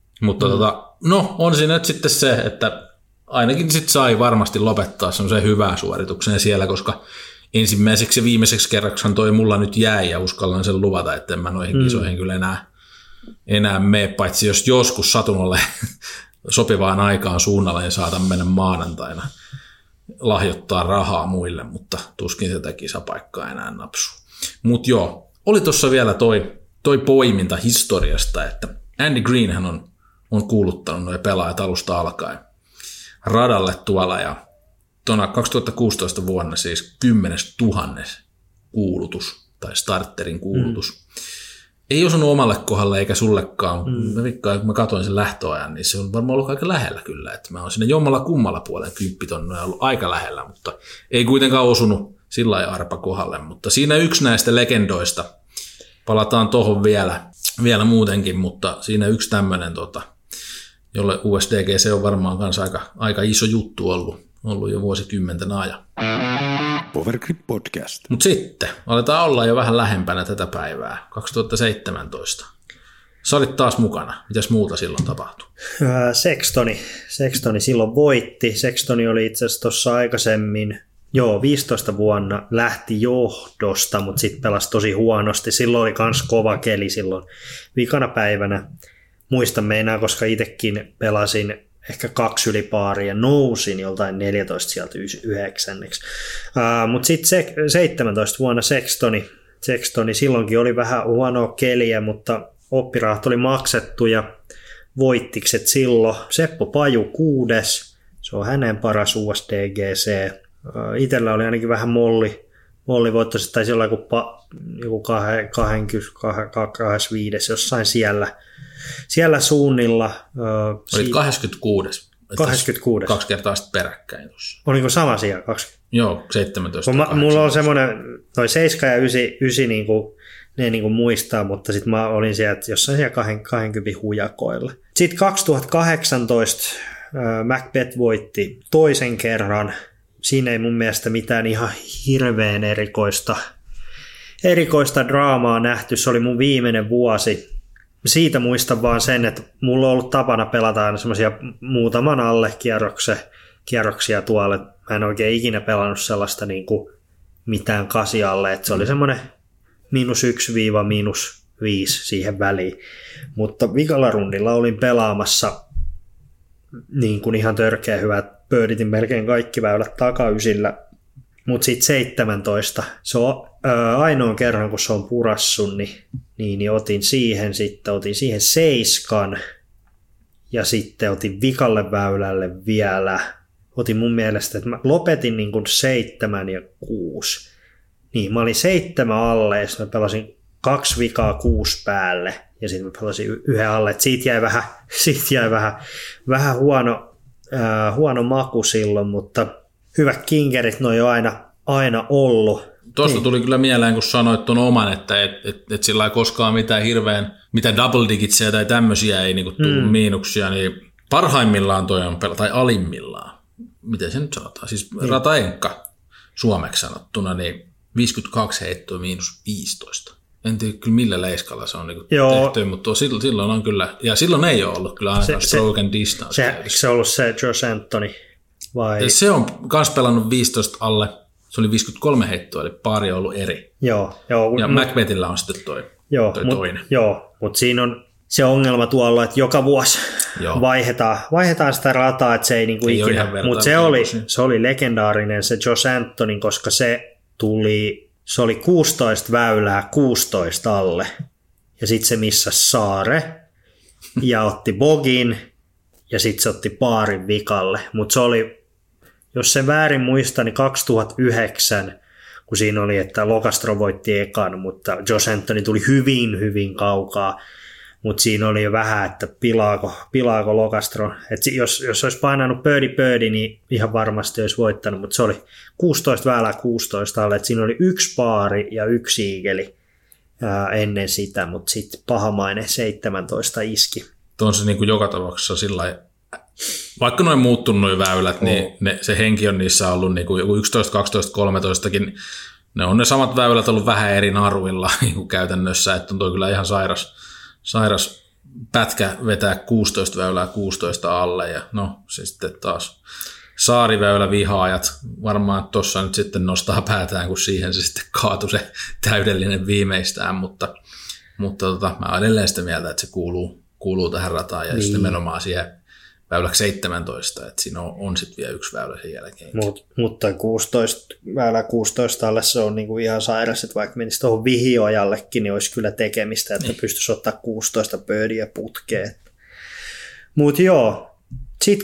no, on siinä nyt sitten se, että ainakin sit sai varmasti lopettaa semmoisen hyvää suorituksen siellä, koska ensimmäiseksi ja viimeiseksi kerraksihan toi mulla nyt jäi ja uskallan sen luvata, että en mä noihin kisoihin kyllä enää mene, paitsi jos joskus satun ole sopivaan aikaan suunnalla ja saatan mennä maanantaina lahjoittaa rahaa muille, mutta tuskin tätä kisapaikkaa enää napsuu. Mutta joo, oli tuossa vielä toi poiminta historiasta, että Andy Greenhän on kuuluttanut nuo pelaajat alusta alkaen radalle tuolla ja tuona 2016 vuonna siis 10 000 kuulutus tai starterin kuulutus. Ei osunut omalle kohdalle eikä sullekaan. Kun mä katsoin sen lähtöajan, niin se on varmaan ollut aika lähellä kyllä. Että mä oon siinä jommalla kummalla puolen 10 000 ollut aika lähellä, mutta ei kuitenkaan osunut sillä lailla arpa kohdalle. Mutta siinä yksi näistä legendoista, palataan tuohon vielä muutenkin, mutta siinä yksi tämmöinen, jolle USDGC on varmaan kanssa aika iso juttu ollut jo vuosikymmenten ajan. Powergrip Podcast. Mutta sitten aletaan olla jo vähän lähempänä tätä päivää, 2017. Sä olit taas mukana. Mitäs muuta silloin tapahtui? Sextoni silloin voitti. Sextoni oli itse asiassa tuossa aikaisemmin, 15 vuonna lähti johdosta, mutta sitten pelasi tosi huonosti. Silloin oli myös kova keli silloin vikana päivänä. Muistan meinaa, koska itsekin pelasin ehkä 2 yli paaria ja nousin joltain 14 sieltä 9. Mutta sitten 17 vuonna Sextoni, silloinkin oli vähän huonoa keliä, mutta oppirahat oli maksettu ja voittikset silloin. Seppo Paju 6. Se on hänen paras USDGC. Itsellä oli ainakin vähän mollivoittoiset, tai siellä joku 25, jossain siellä suunnilla. Olit 26. 26. 2 kertaa sitten peräkkäin tuossa. Oliko sama siellä? 20? Joo, 17. Mulla on semmoinen, toi 7 ja 9 ne muistaa, mutta sitten mä olin siellä jossain siellä 20 hujakoilla. Sitten 2018 Macbeth voitti toisen kerran. Siinä ei mun mielestä mitään ihan hirveän erikoista draamaa nähty. Se oli mun viimeinen vuosi. Siitä muistan vaan sen, että mulla on ollut tapana pelata aina semmoisia muutaman alle kierroksia tuolla. Mä en oikein ikinä pelannut sellaista niin kuin mitään kasialle. Että se oli semmoinen -1 - -5 siihen väliin. Mutta vikalla rundilla olin pelaamassa niin kuin ihan törkeä hyvät. Pöyditin melkein kaikki väylät takaysillä, mutta sitten 17, se on ainoan kerran, kun se on purassut, niin otin siihen 7 ja sitten otin vikalle väylälle vielä. Otin mun mielestä, että mä lopetin niin kuin 7 ja 6. Niin, mä olin 7 alle ja sitten mä pelasin 2 vikaa 6 päälle ja sitten mä pelasin yhden alle. Et siitä jäi vähän huono maku silloin, mutta hyvät kinkerit ne on jo aina ollut. Tuosta tuli kyllä mieleen, kun sanoit tuon oman, että et sillä ei koskaan mitään double digitsia tai tämmöisiä ei niinku tullut miinuksia, niin parhaimmillaan toi on tai alimmillaan, miten se nyt sanotaan, siis rataenkka suomeksi sanottuna, niin 52 heittoa -15. En tiedä kyllä millä leiskalla se on niinku tehty, mutta silloin on kyllä, ja silloin ei ole ollut kyllä ainakaan stroke and distance. Se on ollut se Josh Anthony? Vai? Se on myös pelannut 15 alle. Se oli 53 heittoa, eli pari on ollut eri. Joo, ja Macbethillä on sitten toi toinen. Joo, mutta siinä on se ongelma tuolla, että joka vuosi vaihdetaan sitä rataa, että se ei niinku ikinä. Mutta se oli legendaarinen se Josh Anthony, koska se oli 16 väylää 16 alle. Ja sitten se missasi saare ja otti bogin ja sitten se otti paarin vikalle. Mutta se oli, jos sen väärin muistan, niin 2009, kun siinä oli, että Locastro voitti ekan, mutta Josh Anthony tuli hyvin, hyvin kaukaa. Mutta siinä oli jo vähän, että pilaako Locastro. Et jos olisi painanut birdie, niin ihan varmasti olisi voittanut, mutta se oli 16 väylää 16 alle. Et siinä oli 1 paari ja 1 iikeli ennen sitä, mutta sitten pahamainen 17 iski. On se niin kuin joka tapauksessa sillä vaikka noin muuttunut noin väylät, niin se henki on niissä ollut niin kuin joku 11, 12, 13kin. Ne on ne samat väylät ollut vähän eri naruilla niin kuin käytännössä, että on toi kyllä ihan sairas pätkä vetää 16 väylää 16 alle. Ja no se sitten taas saariväylä vihaajat varmaan tuossa nyt sitten nostaa päätään, kun siihen se sitten kaatui se täydellinen viimeistään, mutta mä olen edelleen sitä mieltä, että se kuuluu tähän rataan ja sitten menomaan siihen väyläksi 17, että siinä on sitten vielä 1 väylä sen jälkeen. Mutta väylä 16 alle se on niinku ihan sairas, että vaikka menisi tuohon Vihiojallekin, niin olisi kyllä tekemistä, että pystyisi ottaa 16 birdiä putkeen. Mutta joo, sitten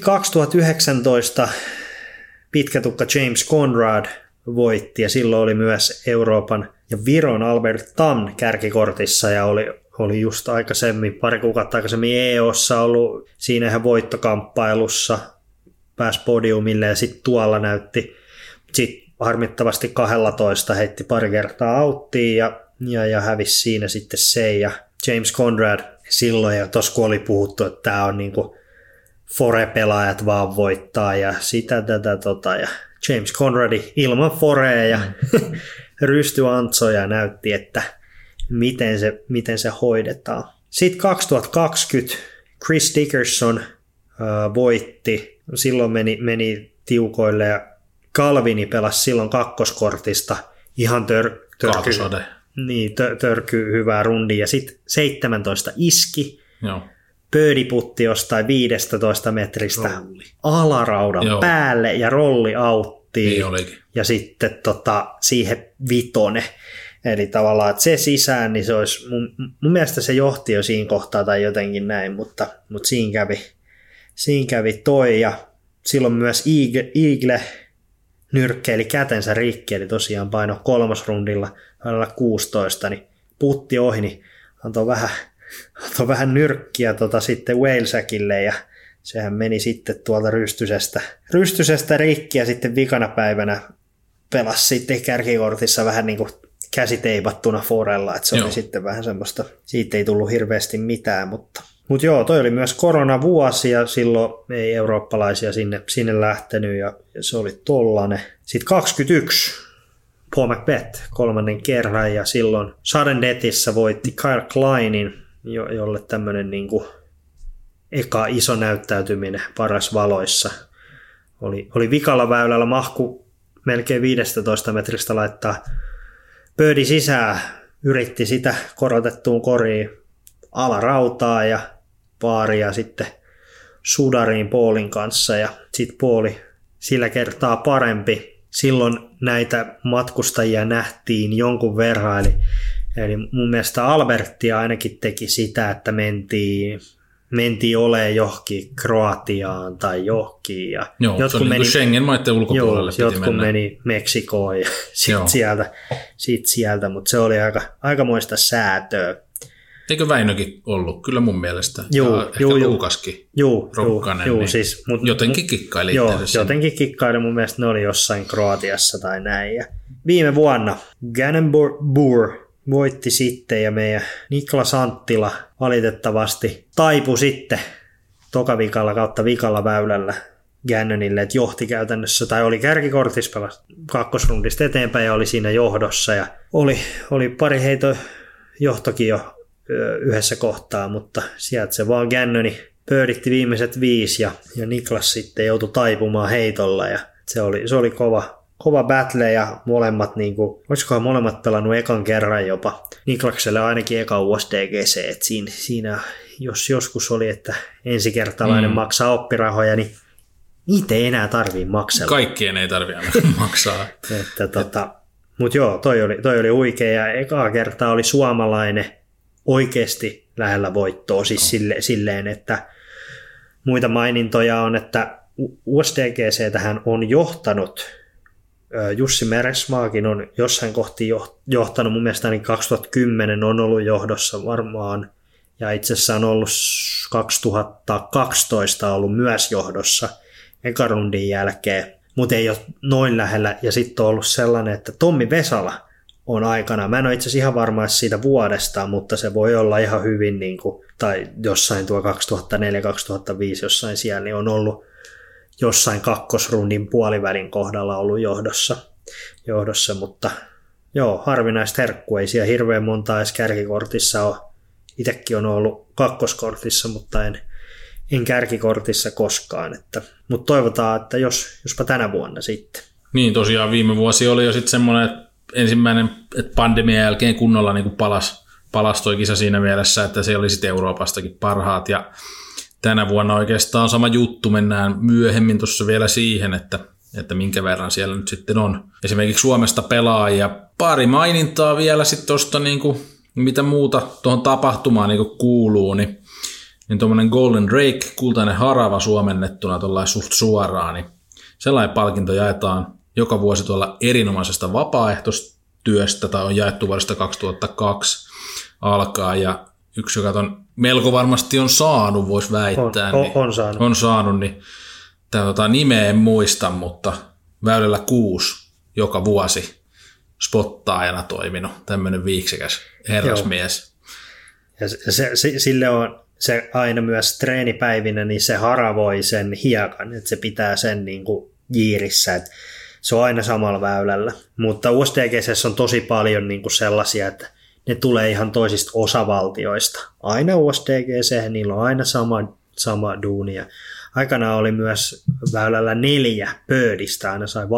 2019 pitkätukka James Conrad voitti ja silloin oli myös Euroopan ja Viron Albert Tam kärkikortissa ja oli just pari kuukautta aikaisemmin EO:ssa ollut siinä ihan voittokamppailussa, pääsi podiumille ja sitten tuolla näytti. Sitten harmittavasti 12 heitti pari kertaa auttiin ja hävisi siinä sitten se ja James Conrad silloin. Ja tuossa kun oli puhuttu, että tämä on niinku fore-pelaajat vaan voittaa ja sitä tätä ja James Conrad ilman forea ja rysty antsoja näytti, että miten se hoidetaan. Sitten 2020 Chris Dickerson voitti. Silloin meni tiukoille ja Calvini pelasi silloin kakkoskortista ihan törky hyvää rundia. Ja sitten 17 iski. Birdie-putti jostain 15 metristä alaraudan päälle ja rolli auttiin. Ja sitten siihen 5. Eli tavallaan, että se sisään, niin se olisi, mun mielestä se johti jo siinä kohtaa tai jotenkin näin, mutta siinä kävi toi ja silloin myös Eagle nyrkkeili kätensä rikki, eli tosiaan paino 3. rundilla 16, niin putti ohi, niin antoi vähän nyrkkiä sitten Walesäkille ja sehän meni sitten tuolta rystysestä rikki ja sitten vikana päivänä pelasi sitten kärkikortissa vähän niin kuin käsiteipattuna forella, että se oli sitten vähän semmoista, siitä ei tullut hirveästi mitään, mutta joo, toi oli myös koronavuosi ja silloin ei eurooppalaisia sinne lähtenyt ja se oli tollanen. Sitten 21 Paul Macbeth 3. kerran ja silloin Sudden Deathissä voitti Kyle Kleinin, jolle tämmöinen niinku eka iso näyttäytyminen paras valoissa. Oli vikalla väylällä mahku melkein 15 metristä laittaa birdie sisään, yritti sitä korotettuun koriin alarautaa ja paaria sitten sudariin Paulin kanssa ja sitten Pauli sillä kertaa parempi. Silloin näitä matkustajia nähtiin jonkun verran, eli mun mielestä Albertia ainakin teki sitä, että mentiin mentiin olemaan johonkin Kroatiaan tai johonkin. Ja joo, jotkut se oli meni, Schengen-maiden ulkopuolelle jotkut meni Meksikoon ja sit sieltä, mutta se oli aikamoista säätöä. Eikö Väinökin ollut? Kyllä mun mielestä. Ehkä Luukaskin. Rokkanen. Niin siis, jotenkin kikkaili. Jotenkin kikkaili. Mun mielestä ne oli jossain Kroatiassa tai näin. Ja viime vuonna Gannon-Buhr voitti sitten ja meidän Niklas Anttila valitettavasti taipui sitten tokavikalla kautta vikalla väylällä Gannonille, että johti käytännössä, tai oli kärkikortissa, pelasi kakkosrundista eteenpäin ja oli siinä johdossa. Ja oli pari heito johtokin jo yhdessä kohtaa, mutta sieltä se vaan Gannoni pöyditti viimeiset 5 ja Niklas sitten joutui taipumaan heitolla ja se oli kova battle ja molemmat, olisikohan molemmat pelannut ekan kerran jopa. Niklakselle ainakin eka USDGC, että siinä jos joskus oli, että ensikertalainen maksaa oppirahoja, niin niitä ei enää tarvii maksella. Kaikkien ei tarvitse maksaa. Mutta joo, toi oli huikea ja ekaa kertaa oli suomalainen oikeasti lähellä voittoa, siis silleen, että muita mainintoja on, että USDGC-tähän on johtanut, Jussi Meresmaakin on jossain kohti johtanut, mun mielestä niin 2010 on ollut johdossa varmaan, ja itse asiassa on ollut 2012 ollut myös johdossa ekarundin jälkeen, mutta ei ole noin lähellä, ja sitten on ollut sellainen, että Tommi Vesala on aikana. Mä en ole itse asiassa ihan varma siitä vuodesta, mutta se voi olla ihan hyvin, tai jossain tuo 2004-2005 jossain siellä, niin on ollut jossain kakkosrundin puolivälin kohdalla ollut johdossa, mutta joo, harvinaista herkkua. Ei siellä hirveän monta edes kärkikortissa ole. Itsekin on ollut kakkoskortissa, mutta en kärkikortissa koskaan. Mutta toivotaan, että jospa tänä vuonna sitten. Niin, tosiaan viime vuosi oli jo sitten semmoinen, että ensimmäinen, että pandemian jälkeen kunnolla niin palasi toi kisa siinä mielessä, että se oli sitten Euroopastakin parhaat. Ja tänä vuonna oikeastaan on sama juttu. Mennään myöhemmin tuossa vielä siihen, että minkä verran siellä nyt sitten on. Esimerkiksi Suomesta pelaajia. Pari mainintaa vielä sitten tuosta, mitä muuta tuohon tapahtumaan kuuluu, niin tuommoinen Golden Drake, kultainen harava suomennettuna tuollainen suht suoraan, niin sellainen palkinto jaetaan joka vuosi tuolla erinomaisesta vapaaehtoistyöstä, tai on jaettu vuodesta 2002 alkaa, ja yksi, joka ton melko varmasti on saanut, voisi väittää. On saanut, niin tämä nimeä en muista, mutta Väylällä 6 joka vuosi spottaajana toiminut, tämmöinen viiksekäs herrasmies. Ja sille on se aina myös treenipäivinä, niin se haravoi sen hiekan, että se pitää sen jiirissä, että se on aina samalla väylällä. Mutta USDGC:ssä on tosi paljon sellaisia, että ne tulee ihan toisista osavaltioista. Aina USDGC, niillä on aina sama duuni. Ja aikanaan oli myös väylällä 4 pöydistä, aina sai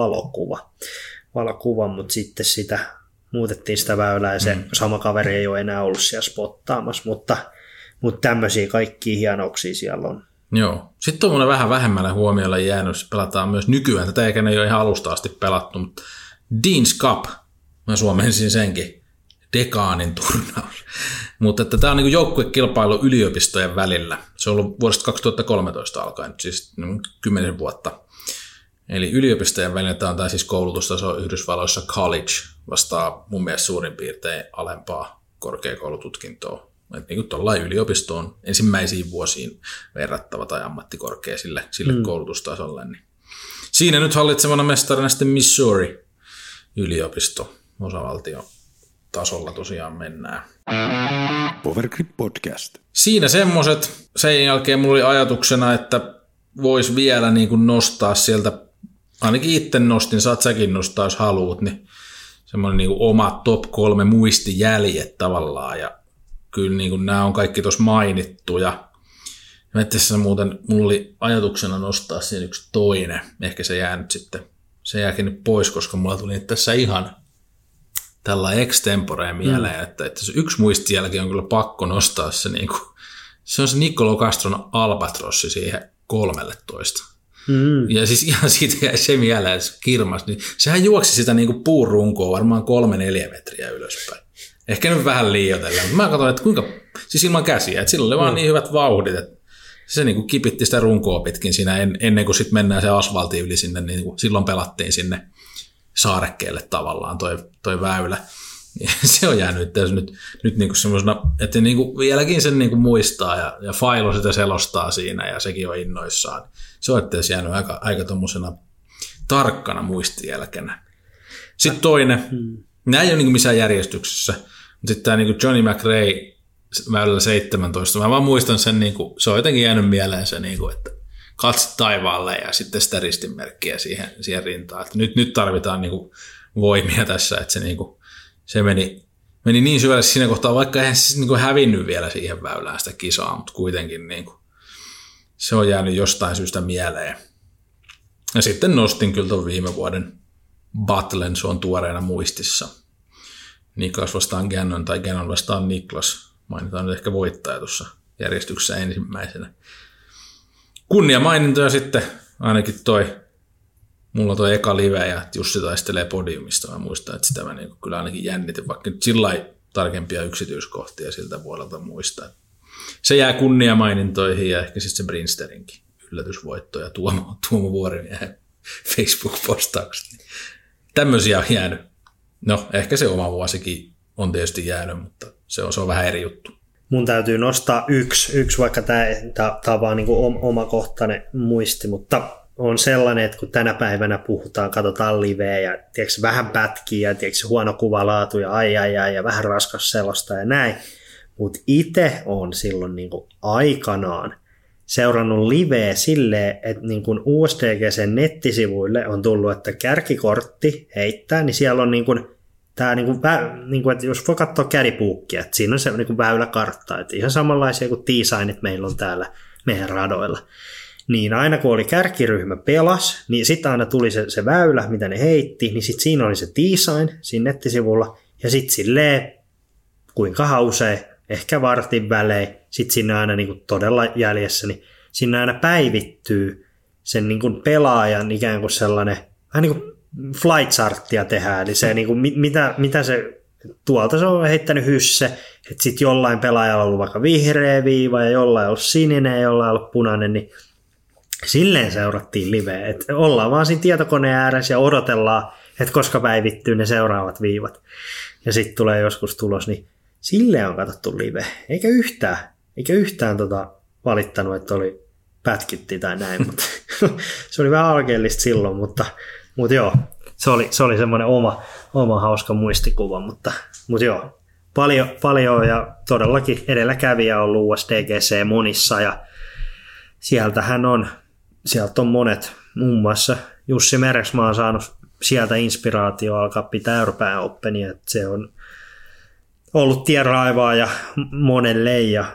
valokuvan, mutta sitten muutettiin sitä väylää ja se sama kaveri ei ole enää ollut siellä spottaamassa, mutta tämmöisiä kaikkia hienouksia siellä on. Joo. Sitten tuommoinen vähän vähemmällä huomiolla jäänyt, pelataan myös nykyään. Tätä eikä ne ole ihan alusta asti pelattu, mutta Dean's Cup, mä suomensin senkin, dekaanin turnaus. Mutta tämä on joukkuekilpailu yliopistojen välillä. Se on ollut vuodesta 2013 alkaen, siis 10 vuotta. Eli yliopistojen välillä tämä on siis koulutustaso Yhdysvalloissa college, vastaa mun mielestä suurin piirtein alempaa korkeakoulututkintoa. Että tuollainen yliopisto on ensimmäisiin vuosiin verrattava tai ammattikorkea sille koulutustasolle. Niin. Siinä nyt hallitsevana mestarina sitten Missouri yliopisto osavaltiotasolla tosiaan mennään. Powergrip Podcast. Siinä semmoset. Sen jälkeen mulla oli ajatuksena, että vois vielä nostaa sieltä, ainakin itse nostin, saat säkin nostaa jos haluut, niin semmoinen oma top 3 muistijäljet tavallaan ja kyllä nämä on kaikki tuossa mainittu ja muuten mulla oli ajatuksena nostaa siihen yksi toinen. Ehkä se jää nyt sitten, se jääkin nyt pois, koska mulla tuli tässä ihan tällä extemporeen mieleen, että se yksi muistijälki on kyllä pakko nostaa se se on se Niccolò Castron Albatrossi siihen 13. Ja siis ihan siitä jäi se mieleen, se kirmas, niin sehän juoksi sitä puurunkoa varmaan 3-4 metriä ylöspäin. Ehkä nyt vähän liioitellen, mutta mä katsoin, että kuinka, siis ilman käsiä, että sillä oli vaan niin hyvät vauhdit, että se niin kuin kipitti sitä runkoa pitkin siinä ennen kuin sitten mennään se asfalti yli sinne, niin silloin pelattiin sinne saarekkeelle tavallaan toi väylä. Se on jäänyt nyt niin kuin semmoisena, että niin kuin vieläkin sen niin kuin muistaa ja Failo sitä selostaa siinä ja sekin on innoissaan. Se on itse jäänyt aika tuommoisena tarkkana muistijälkenä. Sitten toinen, nämä ei ole niin kuin missään järjestyksessä, mutta sitten tämä niin kuin Johnny McRae väylällä 17, mä vaan muistan sen, niin kuin, se on jotenkin jäänyt mieleen se, niin kuin, että katse taivaalle ja sitten sitä ristinmerkkiä siihen rintaan. Että nyt tarvitaan niin kuin voimia tässä, että se, niin kuin, se meni niin syvälle siinä kohtaa, vaikka eihän se niin kuin hävinnyt vielä siihen väylään sitä kisaa, mutta kuitenkin niin kuin, se on jäänyt jostain syystä mieleen. Ja sitten nostin kyllä tuon viime vuoden battlen, se on tuoreena muistissa. Niklas vastaan Gannon tai Gannon vastaan Niklas. Mainitaan nyt ehkä voittaja tuossa järjestyksessä ensimmäisenä. Kunniamainintoja sitten ainakin mulla toi eka live ja Jussi taistelee podiumista. Mä muistan, että sitä mä niin kyllä ainakin jännitin, vaikka nyt sillä tarkempia yksityiskohtia siltä vuodelta muistaa. Se jää kunniamainintoihin ja ehkä sitten se Brinsterinkin yllätysvoitto ja Tuomo Vuorimiehen Facebook-postaukset. Tämmöisiä on jäänyt. No, ehkä se oma vuosikin on tietysti jäänyt, mutta se on vähän eri juttu. Mun täytyy nostaa yksi vaikka tämä on vaan niin kuin omakohtainen muisti, mutta on sellainen, että kun tänä päivänä puhutaan, katsotaan liveä ja tiedätkö, vähän pätkiä ja tiedätkö, huono kuvalaatu ja ja vähän raskas selosta ja näin, mutta itse on silloin niin kuin aikanaan seurannut liveä silleen, että niin kuin USDGC:n nettisivuille on tullut, että kärkikortti heittää, niin siellä on niin kuin tämä, niin kuin, että jos voi katsoa kädipuukkia, että siinä on se niin kuin väyläkartta, että ihan samanlaisia kuin T-signit meillä on täällä meidän radoilla. Niin aina kun oli kärkiryhmä pelas, niin sitten aina tuli se väylä, mitä ne heitti, niin sitten siinä oli se T-sign siinä nettisivulla, ja sitten silleen, kuinka usein, ehkä vartin välein, sitten sinne aina niin kuin todella jäljessä, niin sinne aina päivittyy sen niin kuin pelaajan ikään kuin sellainen, vähän niin kuin flight charttia tehdään, eli se, niin kuin, mitä se, tuolta se on heittänyt hysse, että sitten jollain pelaajalla on ollut vaikka vihreä viiva ja jollain on ollut sininen ja jollain on ollut punainen, niin silleen seurattiin liveä, että ollaan vaan siinä tietokoneen ääressä ja odotellaan, että koska päivittyy ne seuraavat viivat. Ja sitten tulee joskus tulos, niin silleen on katsottu live. Eikä yhtään valittanut, että oli pätkitti tai näin, mutta se oli vähän alkeellista silloin, mutta joo, se oli semmoinen oma hauska muistikuva, mutta joo, paljon ja todellakin edelläkävijä on ollut USDGC monissa ja sieltä on monet, muun muassa Jussi Meresmaa on saanut sieltä inspiraatioa alkaa pitää Euroopan Openia, että se on ollut tienraivaa ja monelle ja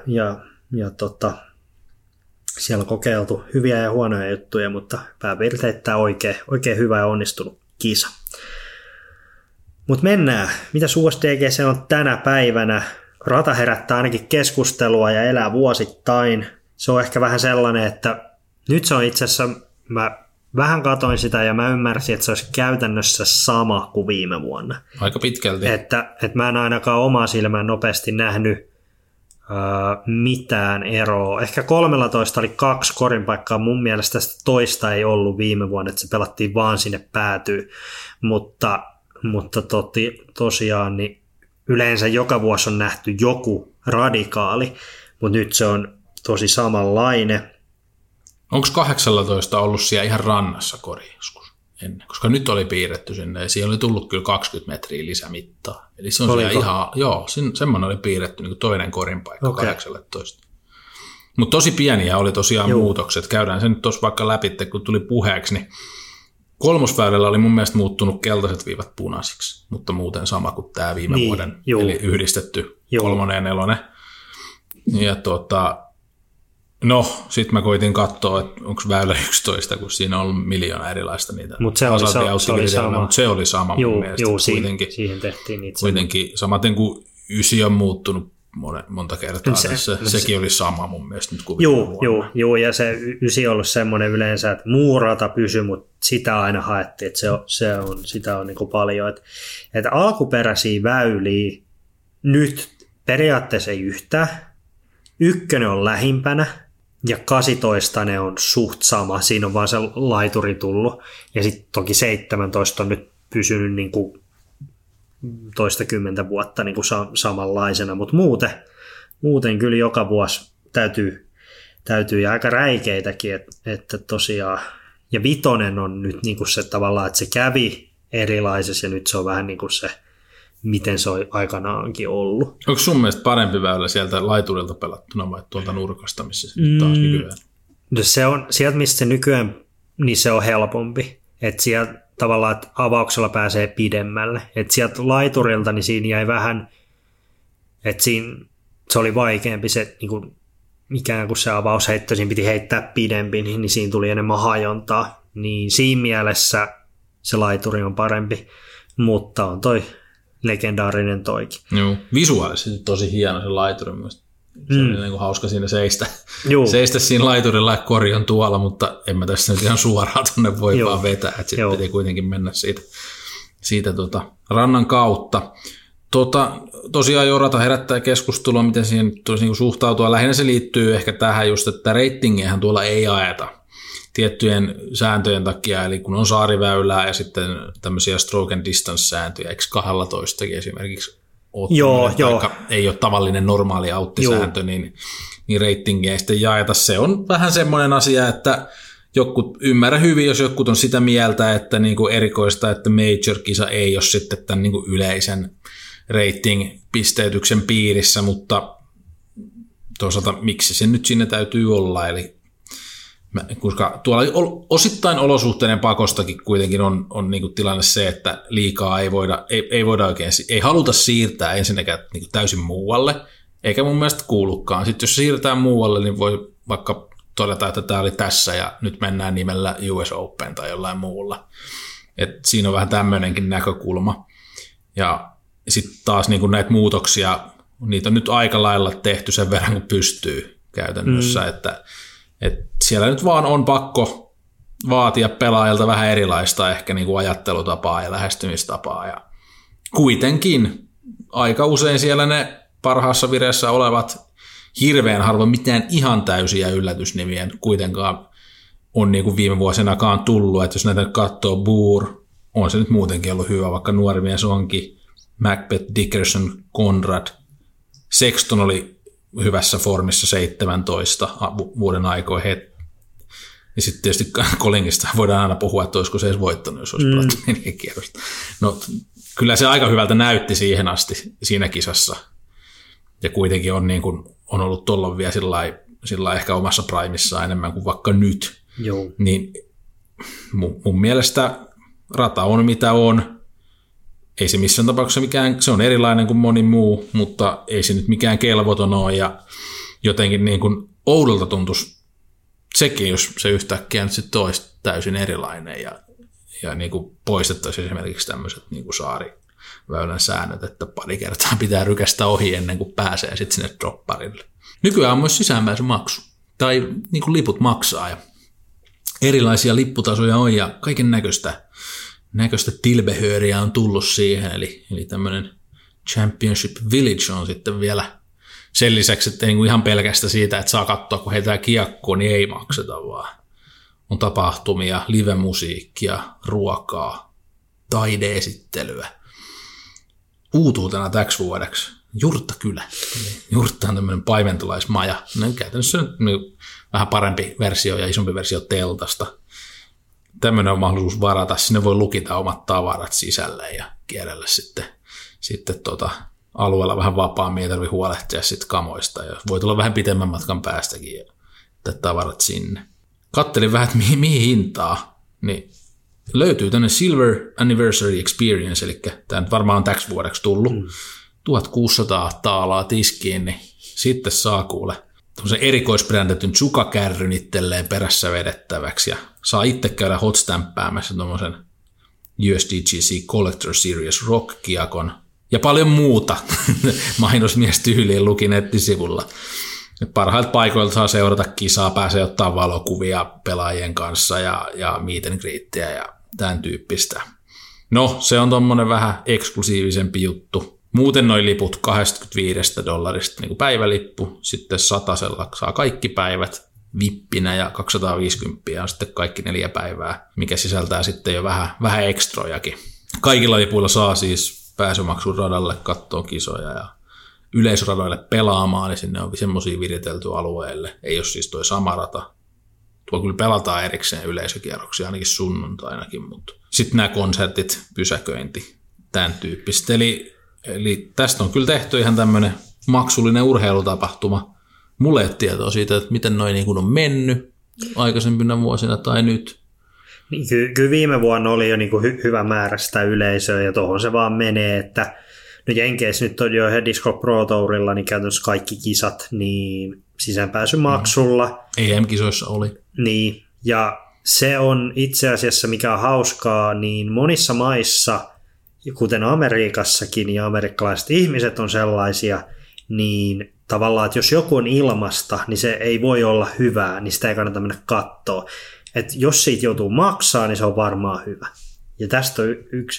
siellä on kokeiltu hyviä ja huonoja juttuja, mutta pääpiirteittäin oikein hyvä ja onnistunut kisa. Mutta mennään. Mitäs USDGC on tänä päivänä? Rata herättää ainakin keskustelua ja elää vuosittain. Se on ehkä vähän sellainen, että nyt se on itse asiassa, mä vähän katoin sitä ja mä ymmärsin, että se olisi käytännössä sama kuin viime vuonna. Aika pitkälti. Että mä en ainakaan omaa silmään nopeasti nähnyt mitään eroa. Ehkä 13 oli 2 korinpaikkaa. Mun mielestä tästä toista ei ollut viime vuonna, että se pelattiin vaan sinne päätyyn. Mutta tosiaan niin yleensä joka vuosi on nähty joku radikaali, mutta nyt se on tosi samanlainen. Onko 18 ollut siellä ihan rannassa kori joskus ennen? Koska nyt oli piirretty sinne ja siellä oli tullut kyllä 20 metriä lisämittaa. Eli se on siellä ihan, joo, semmoinen oli piirretty niin kuin toinen korinpaikka 18. Mutta tosi pieniä oli tosiaan muutokset. Käydään sen nyt tuossa vaikka läpi, kun tuli puheeksi, niin kolmosväylällä oli mun mielestä muuttunut keltaiset viivat punaisiksi, mutta muuten sama kuin tämä viime vuoden, eli yhdistetty 3 ja 4. Ja sitten mä koitin katsoa, että onko väylä 11, kun siinä on ollut miljoona erilaista niitä. Mutta se oli sama mun mielestä. Siihen tehtiin niitä. Kuitenkin samaten kuin 9 on muuttunut monta kertaa. Sekin oli sama mun mielestä nyt kuin Joo, ja se 9 on ollut semmoinen yleensä, että muu rata pysyi, mutta sitä aina haettiin, että sitä on niin kuin paljon. Että alkuperäisiä väyliä nyt periaatteessa ei yhtään. 1 on lähimpänä, ja 18 ne on suht sama, siinä on vaan se laituri tullut, ja sitten toki 17 on nyt pysynyt niin kuin toistakymmentä vuotta niin kuin samanlaisena, mutta muuten kyllä joka vuosi täytyy ja aika räikeitäkin, että tosiaan, ja 5 on nyt niin kuin se tavallaan, että se kävi erilaisessa, ja nyt se on vähän niin kuin se, miten se on aikanaankin ollut. Onko sun mielestä parempi väylä sieltä laiturilta pelattuna vai tuolta nurkasta, missä se taas nykyään? No se on, sieltä mistä se nykyään, niin se on helpompi. Että sieltä tavallaan, että avauksella pääsee pidemmälle. Että sieltä laiturilta, niin siinä jäi vähän, että se oli vaikeampi se, niin kuin, ikään kuin se avausheitto, siinä piti heittää pidempi, niin siinä tuli enemmän hajontaa. Niin siinä mielessä se laituri on parempi, mutta on toi legendaarinen toikin. Joo, visuaalisesti tosi hieno se laituri. Se on niin kuin hauska siinä seistä siinä laiturilla, ja kori on tuolla, mutta en mä tässä nyt ihan suoraan tuonne voi vaan vetää. Että sitten piti kuitenkin mennä siitä rannan kautta. Tosiaan jo rata herättää keskustelua, miten siihen tulisi niin suhtautua. Lähinnä se liittyy ehkä tähän just, että ratingiähän tuolla ei ajeta tiettyjen sääntöjen takia, eli kun on saariväylää ja sitten tämmöisiä stroke and distance-sääntöjä, eikö 12 esimerkiksi ole, ei ole tavallinen normaali auttisääntö, niin ratingia ei sitten jaeta. Se on vähän semmoinen asia, että jotkut ymmärrä hyvin, jos jotkut on sitä mieltä, että niin kuin erikoista, että major-kisa ei ole sitten tämän niin kuin yleisen rating-pisteytyksen piirissä, mutta toisaalta miksi se nyt sinne täytyy olla, eli koska tuolla osittain olosuhteiden pakostakin kuitenkin on niin kuin tilanne se, että liikaa ei voida oikein, ei haluta siirtää ensinnäkään niin kuin täysin muualle, eikä mun mielestä kuulukaan. Sitten jos siirretään muualle, niin voi vaikka todeta, että tämä oli tässä ja nyt mennään nimellä US Open tai jollain muulla. Et siinä on vähän tämmöinenkin näkökulma. Ja sitten taas niin kuin näitä muutoksia, niitä on nyt aika lailla tehty sen verran, kun pystyy käytännössä, että siellä nyt vaan on pakko vaatia pelaajalta vähän erilaista ehkä niin kuin ajattelutapaa ja lähestymistapaa. Ja kuitenkin aika usein siellä ne parhaassa vireessä olevat hirveän harvoin mitään ihan täysiä yllätysnimiä kuitenkaan on niin kuin viime vuosinakaan tullut. Että jos näitä katsoo, Boer, on se nyt muutenkin ollut hyvä, vaikka nuori mies onkin, Macbeth, Dickerson, Conrad, Sexton oli hyvässä formissa 17 vuoden aikoihin. Ja sitten tietysti Collingista voidaan aina puhua, että olisiko se edes voittanut, jos olisi pelattu 4 kierrosta. No, kyllä se aika hyvältä näytti siihen asti siinä kisassa. Ja kuitenkin on, niin kuin, on ollut tuolloin vielä sillä ehkä omassa primissaan enemmän kuin vaikka nyt. Joo. Niin mun mielestä rata on mitä on. Ei se missään tapauksessa se on erilainen kuin moni muu, mutta ei se nyt mikään kelvoton ole, ja jotenkin niin kuin oudolta tuntuisi sekin, jos se yhtäkkiä nyt sitten olisi täysin erilainen, ja niin kuin poistettaisiin esimerkiksi tämmöiset niin kuin saariväylän säännöt, että pari kertaa pitää rykästä ohi ennen kuin pääsee sitten sinne dropparille. Nykyään on myös sisäänpääsymaksu, tai niin kuin liput maksaa, ja erilaisia lipputasoja on, ja kaiken näköistä tilbehööriä on tullut siihen, eli tämmöinen Championship Village on sitten vielä sen lisäksi, että niin kuin ihan pelkästä siitä, että saa katsoa, kun heitää kiekkoon, niin ei makseta, vaan on tapahtumia, livemusiikkia, ruokaa, taideesittelyä. Uutuutena täksi vuodeksi Jurttakylä. Jurtta on tämmöinen paimentolaismaja. No, käytännössä vähän parempi versio ja isompi versio teltasta. Tämmöinen on mahdollisuus varata. Sinne voi lukita omat tavarat sisälle ja kierrellä sitten alueella vähän vapaammin, ei tarvitse huolehtia sitten kamoista. Ja voi tulla vähän pitemmän matkan päästäkin ja tavarat sinne. Kattelin vähän, että mihin hintaa, niin löytyy tämmöinen Silver Anniversary Experience, eli tämä nyt varmaan on täksi vuodeksi tullut. 1600 taalaa tiskiin, niin sitten saa kuule tämmöisen erikoisbrändätyn Tsuka-kärryn itselleen perässä vedettäväksi ja saa itse käydä hotstampäämässä tuommoisen USDGC Collector Series Rock-kiekon ja paljon muuta mainosmiestyyliin luki nettisivulla. Parhailta paikoilta saa seurata kisaa, pääsee ottaa valokuvia pelaajien kanssa ja meet and greetia ja tämän tyyppistä. No, se on tommonen vähän eksklusiivisempi juttu. Muuten noi liput $25 niin kuin päivälippu, sitten 100 saa kaikki päivät vippinä ja 250 on sitten kaikki 4 päivää, mikä sisältää sitten jo vähän ekstrojakin. Kaikilla lipuilla saa siis pääsymaksun radalle kattoon kisoja ja yleisradoille pelaamaan, niin sinne on semmoisia viritelty alueelle. Ei ole siis toi sama rata. Tuo kyllä pelataan erikseen yleisökierroksia, ainakin sunnuntainakin, mutta sitten nämä konsertit, pysäköinti, tämän tyyppistä. Eli tästä on kyllä tehty ihan tämmöinen maksullinen urheilutapahtuma. Mulla ei ole tietoa siitä, että miten noin niin kuin on mennyt aikaisempina vuosina tai nyt. Niin, kyllä viime vuonna oli jo niin kuin hyvä määrä sitä yleisöä ja tuohon se vaan menee, että no Jenkeissä nyt on jo Disc Golf Pro Tourilla niin käytännössä kaikki kisat niin sisäänpääsymaksulla. EM-kisoissa oli. Niin, ja se on itse asiassa, mikä on hauskaa, niin monissa maissa, kuten Amerikassakin, ja amerikkalaiset ihmiset on sellaisia, niin tavallaan, että jos joku on ilmasta, niin se ei voi olla hyvää, niin sitä ei kannata mennä katsoa. Että jos siitä joutuu maksaa, niin se on varmaan hyvä. Ja tästä on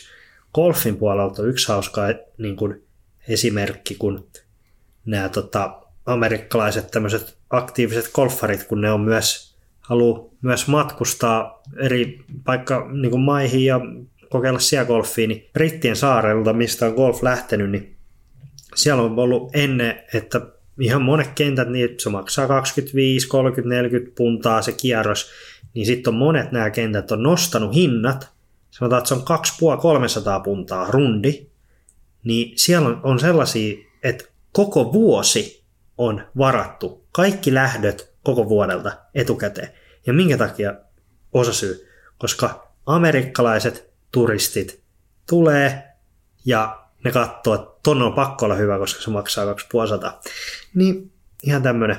golfin puolelta on yksi hauska niin kuin esimerkki, kun nämä amerikkalaiset tämmöiset aktiiviset golfarit, kun ne on haluaa myös matkustaa eri niin kuin maihin ja kokeilla siellä golfia, niin Brittien saarelta, mistä on golf lähtenyt, niin siellä on ollut ennen, että ihan monet kentät, niin se maksaa 25, 30, 40 puntaa se kierros, niin sitten on monet nämä kentät on nostanut hinnat, sanotaan, että se on 250-300 puntaa rundi, niin siellä on sellaisia, että koko vuosi on varattu kaikki lähdöt koko vuodelta etukäteen. Ja minkä takia osasyy? Koska amerikkalaiset turistit tulee ja ne katsoo, että tonne on pakko olla hyvä, koska se maksaa 250. Niin ihan tämmöinen,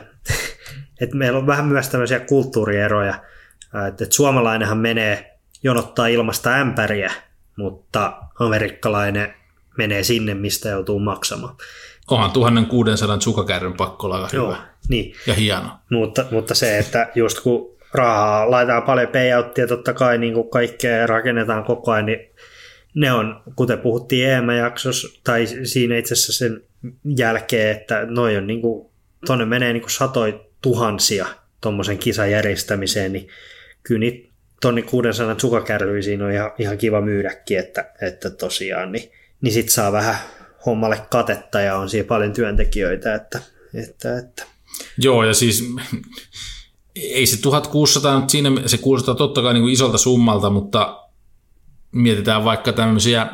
että meillä on vähän myös tämmöisiä kulttuurieroja, että suomalainenhan menee jonottaa ilmasta ämpäriä, mutta amerikkalainen menee sinne, mistä joutuu maksamaan. Onhan 1600 tsukakärryn pakko olla hyvä. Joo, niin. Ja hieno. Mutta se, että just kun rahaa laitetaan paljon payouttia, totta kai niin kuin kaikkea rakennetaan koko ajan, niin ne on, kuten puhuttiin EM-jaksossa, tai siinä itse asiassa sen jälkeen, että noi on niin kuin, tonne menee niin kuin satoja tuhansia tuommoisen kisan järjestämiseen, niin kyllä niitä tonni 600 tsukakärryisiin on ihan kiva myydäkin, että tosiaan, niin sit saa vähän hommalle katetta ja on siellä paljon työntekijöitä, että. Joo, ja siis ei se 1600 nyt siinä, se kuulostaa totta kai niin kuin isolta summalta, mutta mietitään vaikka tämmöisiä,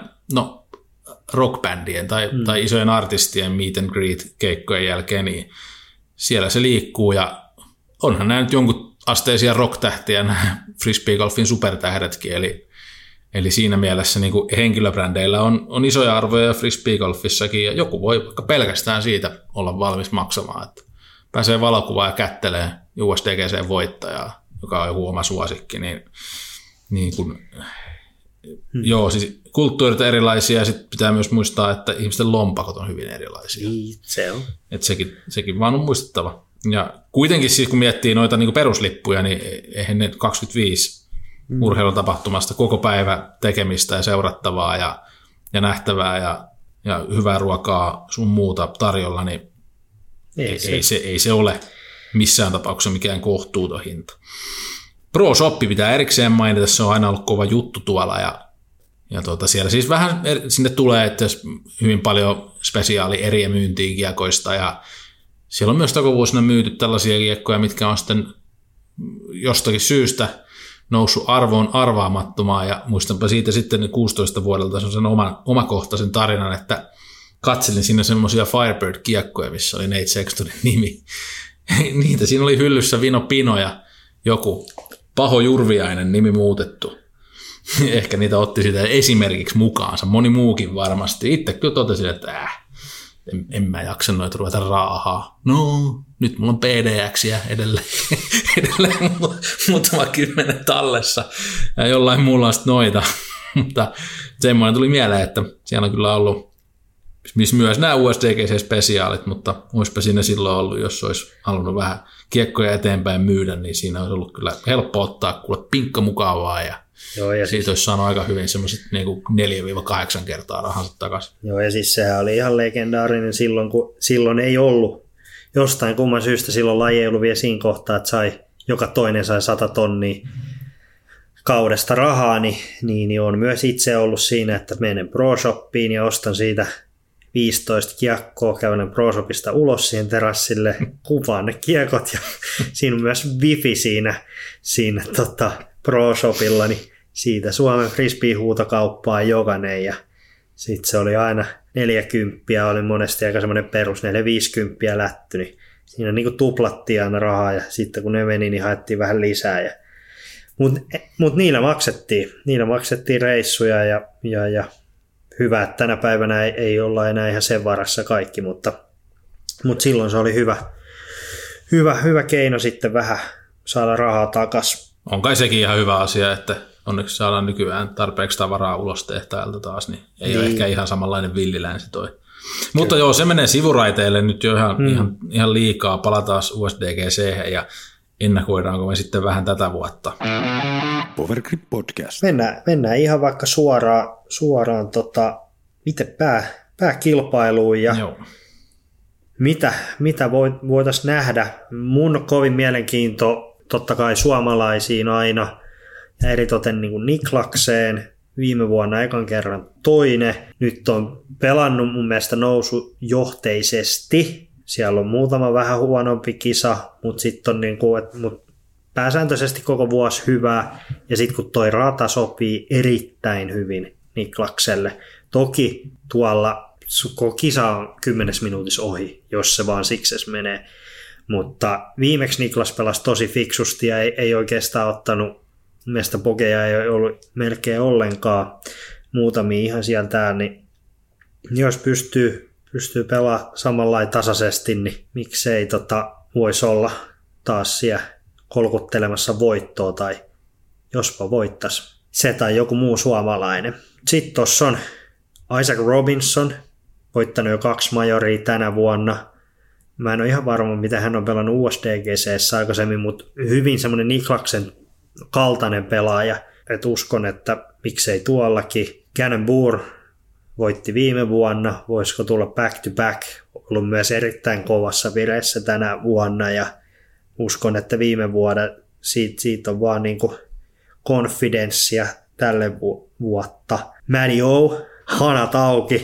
rockbändien tai isojen artistien meet and greet keikkojen jälkeen, niin siellä se liikkuu ja onhan nämä nyt jonkun asteisia rock-tähtiä, nämä frisbeegolfin supertähdetkin, eli siinä mielessä niin kuin henkilöbrändeillä on isoja arvoja frisbeegolfissakin, ja joku voi vaikka pelkästään siitä olla valmis maksamaan, että pääsee valokuvaan ja kättelee USDGC-voittajaa, joka on joku oma suosikki, niin kuin, joo, siis kulttuurit on erilaisia, ja sitten pitää myös muistaa, että ihmisten lompakot on hyvin erilaisia. Se on. Että sekin vaan on muistettava. Ja kuitenkin siis kun miettii noita niin kuin peruslippuja, niin eihän ne 25 urheilutapahtumasta koko päivä tekemistä ja seurattavaa ja nähtävää ja hyvää ruokaa sun muuta tarjolla, niin ei se ole missään tapauksessa mikään kohtuuton hinta. Pro Shoppi pitää erikseen mainita, se on aina ollut kova juttu tuolla ja siellä siis vähän sinne tulee, että hyvin paljon spesiaali-eriä myyntiin kiekoista ja siellä on myös takavuosina myyty tällaisia kiekkoja, mitkä on sitten jostakin syystä noussut arvoon arvaamattomaan ja muistanpa siitä sitten 16 vuodelta sen omakohtaisen tarinan, että katselin siinä semmoisia Firebird-kiekkoja, missä oli Nate Sextonin nimi. Niitä siinä oli hyllyssä Vino Pino ja joku Paho Jurviainen nimi muutettu. Ehkä niitä otti sitä esimerkiksi mukaansa, moni muukin varmasti. Itse kyllä totesin, että en mä jaksa noita ruveta raahaa. No, nyt mulla on PDXiä edelleen muutama 10 tallessa ja jollain muulla on sitten noita. Mutta semmoinen tuli mieleen, että siellä on kyllä ollut myös nämä USDGC-spesiaalit, mutta olisipa siinä silloin ollut, jos olisi halunnut vähän kiekkoja eteenpäin myydä, niin siinä olisi ollut kyllä helppo ottaa kuule pinkka mukavaa ja joo, ja siitä olisi saanut aika hyvin semmoiset niin 4-8 kertaa rahansa takaisin. Joo, ja siis sehän oli ihan legendaarinen silloin, kun silloin ei ollut jostain kumman syystä silloin laji ei ollut vielä siinä kohtaa, että sai joka toinen sai 100 tonnia kaudesta rahaa, niin on myös itse ollut siinä, että menen ProShopiin ja ostan siitä 15 kiekkoa, kävelen ProShopista ulos siihen terassille, kuvaan ne kiekot ja siinä on myös wifi siinä ProShopilla, niin siitä Suomen frisbee-huutokauppaa jokainen ja sitten se oli aina 40, oli monesti aika semmoinen perus 450 lätty, niin siinä niin kuin tuplattiin aina rahaa ja sitten kun ne meni, niin haettiin vähän lisää. Mutta niillä maksettiin reissuja ja hyvä, että tänä päivänä ei olla enää ihan sen varassa kaikki, mutta silloin se oli hyvä keino sitten vähän saada rahaa takaisin. On kai sekin ihan hyvä asia, että onneksi saadaan nykyään tarpeeksi tavaraa ulos tehtailta taas, niin ei ole ehkä ihan samanlainen villilänsi toi. Mutta joo, se menee sivuraiteille nyt jo ihan liikaa. Palataan USDGC ja ennakoidaanko me sitten vähän tätä vuotta. Powergrip Podcast. Mennään ihan vaikka suoraan miten pääkilpailuun ja joo. Mitä voitaisiin nähdä. Mun kovin mielenkiinto totta kai suomalaisiin aina ja eritoten niin kuin Niklakseen. Viime vuonna ekan kerran toinen. Nyt on pelannut mun mielestä nousujohteisesti. Siellä on muutama vähän huonompi kisa, mutta sitten on niin kuin, pääsääntöisesti koko vuosi hyvää. Ja sitten kun toi rata sopii erittäin hyvin Niklakselle. Toki tuolla koko kisa on 10 minuutissa ohi, jos se vaan sikses menee. Mutta viimeksi Niklas pelasi tosi fiksusti ja ei oikeastaan ottanut, mielestäni pokeja ei ollut melkein ollenkaan, muutamia ihan siellä täällä, niin jos pystyy pelaamaan samalla tasaisesti, niin miksei voisi olla taas siellä kolkuttelemassa voittoa tai jospa voittaisi se tai joku muu suomalainen. Sitten tuossa on Isaac Robinson, voittanut jo 2 majoria tänä vuonna. Mä en ole ihan varma, mitä hän on pelannut USDGC:ssä aikaisemmin, mutta hyvin semmoinen Niklaksen kaltainen pelaaja. Et uskon, että miksei tuollakin. Cannon Boer voitti viime vuonna. Voisiko tulla back to back? Ollut myös erittäin kovassa vireessä tänä vuonna ja uskon, että viime vuonna siitä on vaan niinku konfidenssia tälle vuotta. Matty O, hanat auki.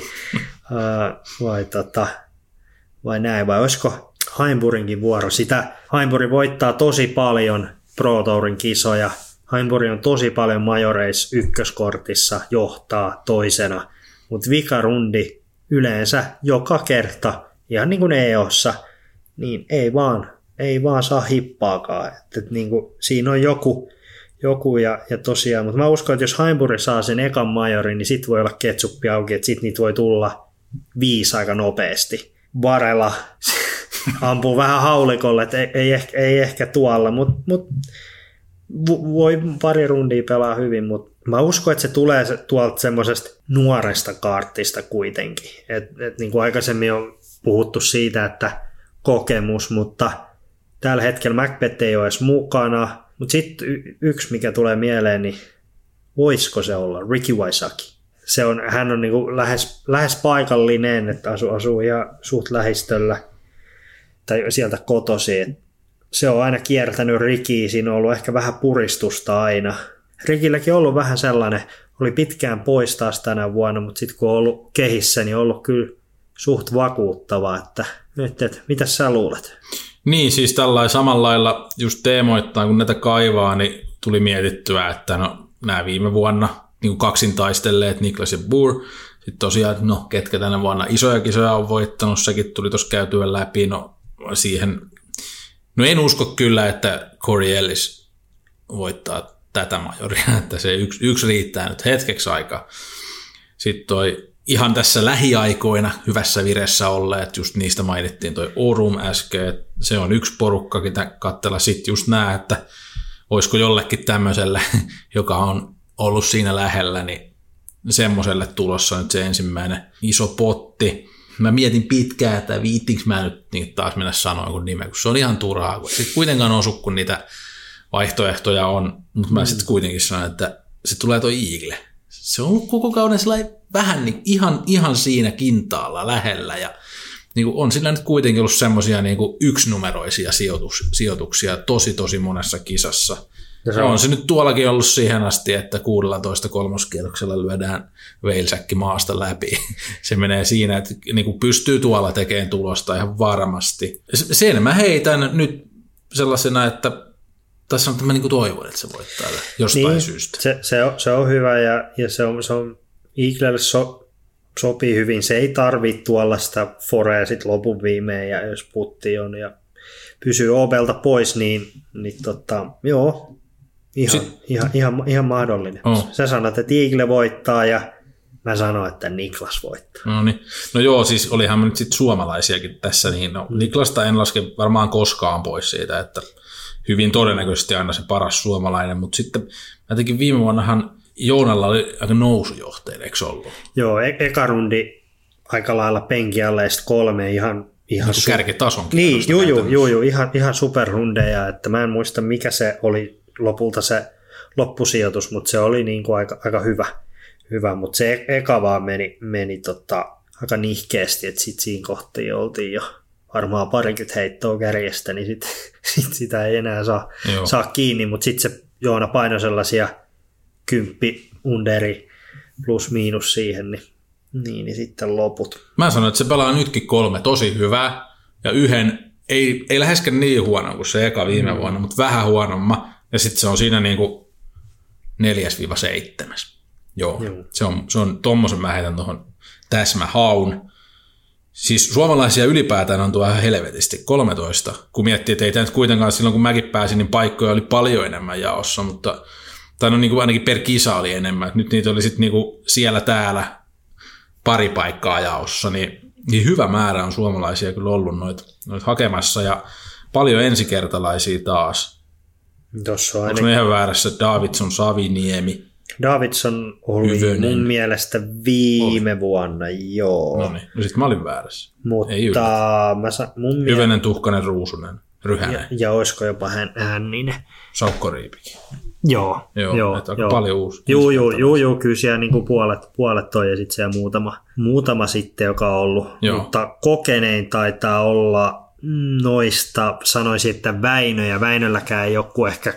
Vai näin, vai olisiko Heimburinkin vuoro? Heimburi voittaa tosi paljon Pro Tourin kisoja. Heimburi on tosi paljon majoreissa ykköskortissa, johtaa toisena, mutta vikarundi yleensä joka kerta, ihan niin kuin EOssa, niin ei vaan saa hippaakaan. Et niin kuin, siinä on joku ja tosiaan, mutta mä uskon, että jos Heimburi saa sen ekan majorin, niin sit voi olla ketsuppi auki, että sit niitä voi tulla 5 aika nopeasti. Varela ampuu vähän haulikolle, että ei ehkä tuolla, mutta voi pari rundia pelaa hyvin, mutta mä uskon, että se tulee tuolta semmoisesta nuoresta kaartista kuitenkin. Et niin kuin aikaisemmin on puhuttu siitä, että kokemus, mutta tällä hetkellä Macbeth ei ole edes mukana, mutta sitten yksi, mikä tulee mieleen, niin voisiko se olla Ricky Wysocki? Hän on niin kuin lähes paikallinen, että asuu ihan suht lähistöllä tai sieltä kotoisin. Se on aina kiertänyt Rickiä, siinä on ollut ehkä vähän puristusta aina. Rickilläkin on ollut vähän sellainen, oli pitkään pois taas tänä vuonna, mutta sitten kun on ollut kehissä, niin on ollut kyllä suht vakuuttava, että mitäs sä luulet? Niin, siis tällainen samalla lailla just teemoittaa, kun näitä kaivaa, niin tuli mietittyä, että no nämä viime vuonna niin kuin kaksin taistelleet Niklas ja Boer. Sitten tosiaan, että no ketkä tänä vuonna isoja kisoja on voittanut, sekin tuli tuossa käytyä läpi. No siihen, no en usko kyllä, että Corey Ellis voittaa tätä majoria, että se yksi riittää nyt hetkeksi aikaa. Sitten toi ihan tässä lähiaikoina hyvässä viressä olleet, just niistä mainittiin toi Orum äsken, että se on yksi porukka, ketä katsella sitten just nää, että olisiko jollekin tämmöiselle, joka on ollut siinä lähellä, niin semmoiselle tulossa nyt se ensimmäinen iso potti. Mä mietin pitkään, että viittinkö mä nyt niin taas mennä sanoa kun nimeä, kun se on ihan turhaa, kun sitten kuitenkaan osu, kun niitä vaihtoehtoja on, mutta mä sitten kuitenkin sanon, että se tulee toi Eagle. Se on ollut koko kauden sellainen vähän niin ihan siinä kintaalla lähellä ja niin on sillä nyt kuitenkin ollut semmoisia niin yksinumeroisia sijoituksia tosi monessa kisassa. On se nyt tuollakin ollut siihen asti, että 16 kolmoskierroksella lyödään Veilsäkki maasta läpi. Se menee siinä, että niin pystyy tuolla tekemään tulosta ihan varmasti. Sen mä heitän nyt sellaisena, että tässä on, että mä niin toivon, että se voittaa jostain syystä. Se on hyvä ja se on Eaglelle sopii hyvin. Se ei tarvitse tuollaista forea sit lopun viimeen, ja jos putti on ja pysyy Opelta pois, niin joo, ihan mahdollinen. Sä sanot, että Eagle voittaa ja mä sanon, että Niklas voittaa. No niin. No joo, siis olihan me nyt sitten suomalaisiakin tässä, niin Niklasta en laske varmaan koskaan pois siitä, että hyvin todennäköisesti aina se paras suomalainen, mutta sitten jotenkin viime vuonnahan Joonalla oli aika nousujohteen, eikö ollut? Joo, eka rundi aika lailla penki alle ja sitten 3 ihan kärkitasonkin. Niin, juu, ihan superrundeja, että mä en muista mikä se oli lopulta se loppusijoitus, mutta se oli niin kuin aika hyvä, mutta se eka vaan meni aika nihkeästi, että sitten siinä kohti oltiin jo varmaan 20 heittoa kärjestä, niin sit sitä ei enää saa kiinni, mutta sitten se Joona painoi sellaisia 10 underi plus miinus siihen, niin sitten loput. Mä sanoin, että se pelaa nytkin 3 tosi hyvää ja yhden ei läheskään niin huono kuin se eka viime vuonna, mutta vähän huonomma ja sitten se on siinä niinku 4-7. Joo. Se on tommosen mä heitän tuohon täsmähaun. Siis suomalaisia ylipäätään on tuo ihan helvetisti 13, kun miettii, että ei tämä nyt kuitenkaan silloin, kun mäkin pääsin, niin paikkoja oli paljon enemmän jaossa, mutta tai no, niin kuin ainakin per kisa oli enemmän. Nyt niitä oli sitten niin kuin siellä täällä pari paikkaa jaossa, niin hyvä määrä on suomalaisia kyllä ollut noita hakemassa ja paljon ensikertalaisia taas. Tuossa on ainakin. Onko ihan väärässä Davidson, Saviniemi? Davidson oli mun mielestä viime vuonna, joo. No niin, no sit mä olin väärässä. Mutta Hyvenen, Tuhkanen, Ruusunen, Ryhänen. Ja olisiko jopa Hänninen. Saukko Riipikin. Joo. Että aika paljon uusi. Joo, kyllä siellä niin kuin puolet toi ja sitten siellä muutama sitten, joka on ollut. Joo. Mutta kokenein taitaa olla noista, sanoisin, että Väinö, ja Väinölläkään ei ole kuin ehkä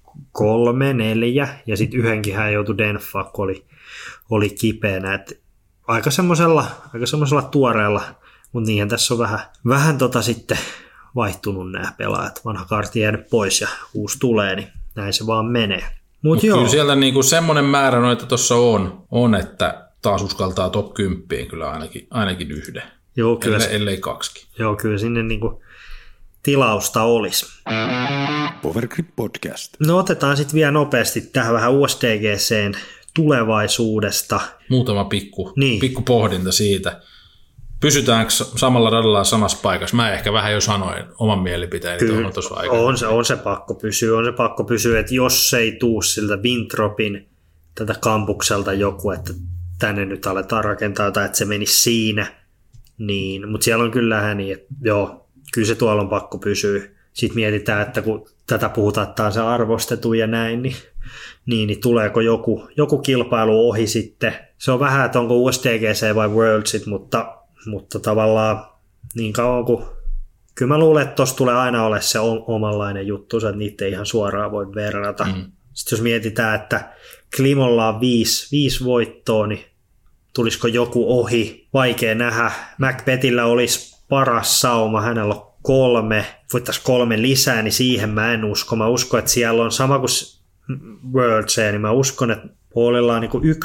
3-4, ja sitten yhdenkin hän joutui Denfaan, kun oli kipeänä. Et aika semmoisella tuoreella, mutta niinhän tässä on vähän sitten vaihtunut nämä pelaajat. Vanha kaarti jäänyt pois ja uusi tulee, niin näin se vaan menee. Mut kyllä siellä niinku semmoinen määrä noita tuossa on, että taas uskaltaa top 10 kyllä ainakin yhden. Joo, kyllä ellei 2. Joo, kyllä sinne niinku tilausta olisi. Power Grip Podcast. No otetaan sitten vielä nopeasti tähän vähän USDGC:n tulevaisuudesta. Muutama pikku pohdinta siitä. Pysytäänkö samalla radalla samassa paikassa? Mä ehkä vähän jo sanoin oman mielipiteeni tuohon tuossa aikana. On se pakko pysyä, että jos ei tuu siltä Wintropin tätä kampukselta joku, että tänne nyt aletaan rakentaa jotain, että se menisi siinä, niin, mutta siellä on kyllä ääni, että joo, kyllä se tuolla on pakko pysyä. Sitten mietitään, että kun tätä puhutaan, että tämä on se arvostettu ja näin, niin tuleeko joku kilpailu ohi sitten. Se on vähän, että onko USDGC vai Worldsit, mutta tavallaan niin kauan kuin, kyllä mä luulen, että tuossa tulee aina ole se omanlainen juttu, että niitä ei ihan suoraan voi verrata. Sitten jos mietitään, että Klimolla on 5 voittoa, niin tulisiko joku ohi? Vaikea nähdä. Macbethillä olisi paras sauma, hänellä on 3, voittaisiin 3 lisää, niin siihen mä en usko. Mä uskon, että siellä on sama kuin Worlds, niin mä uskon, että Paulilla on niin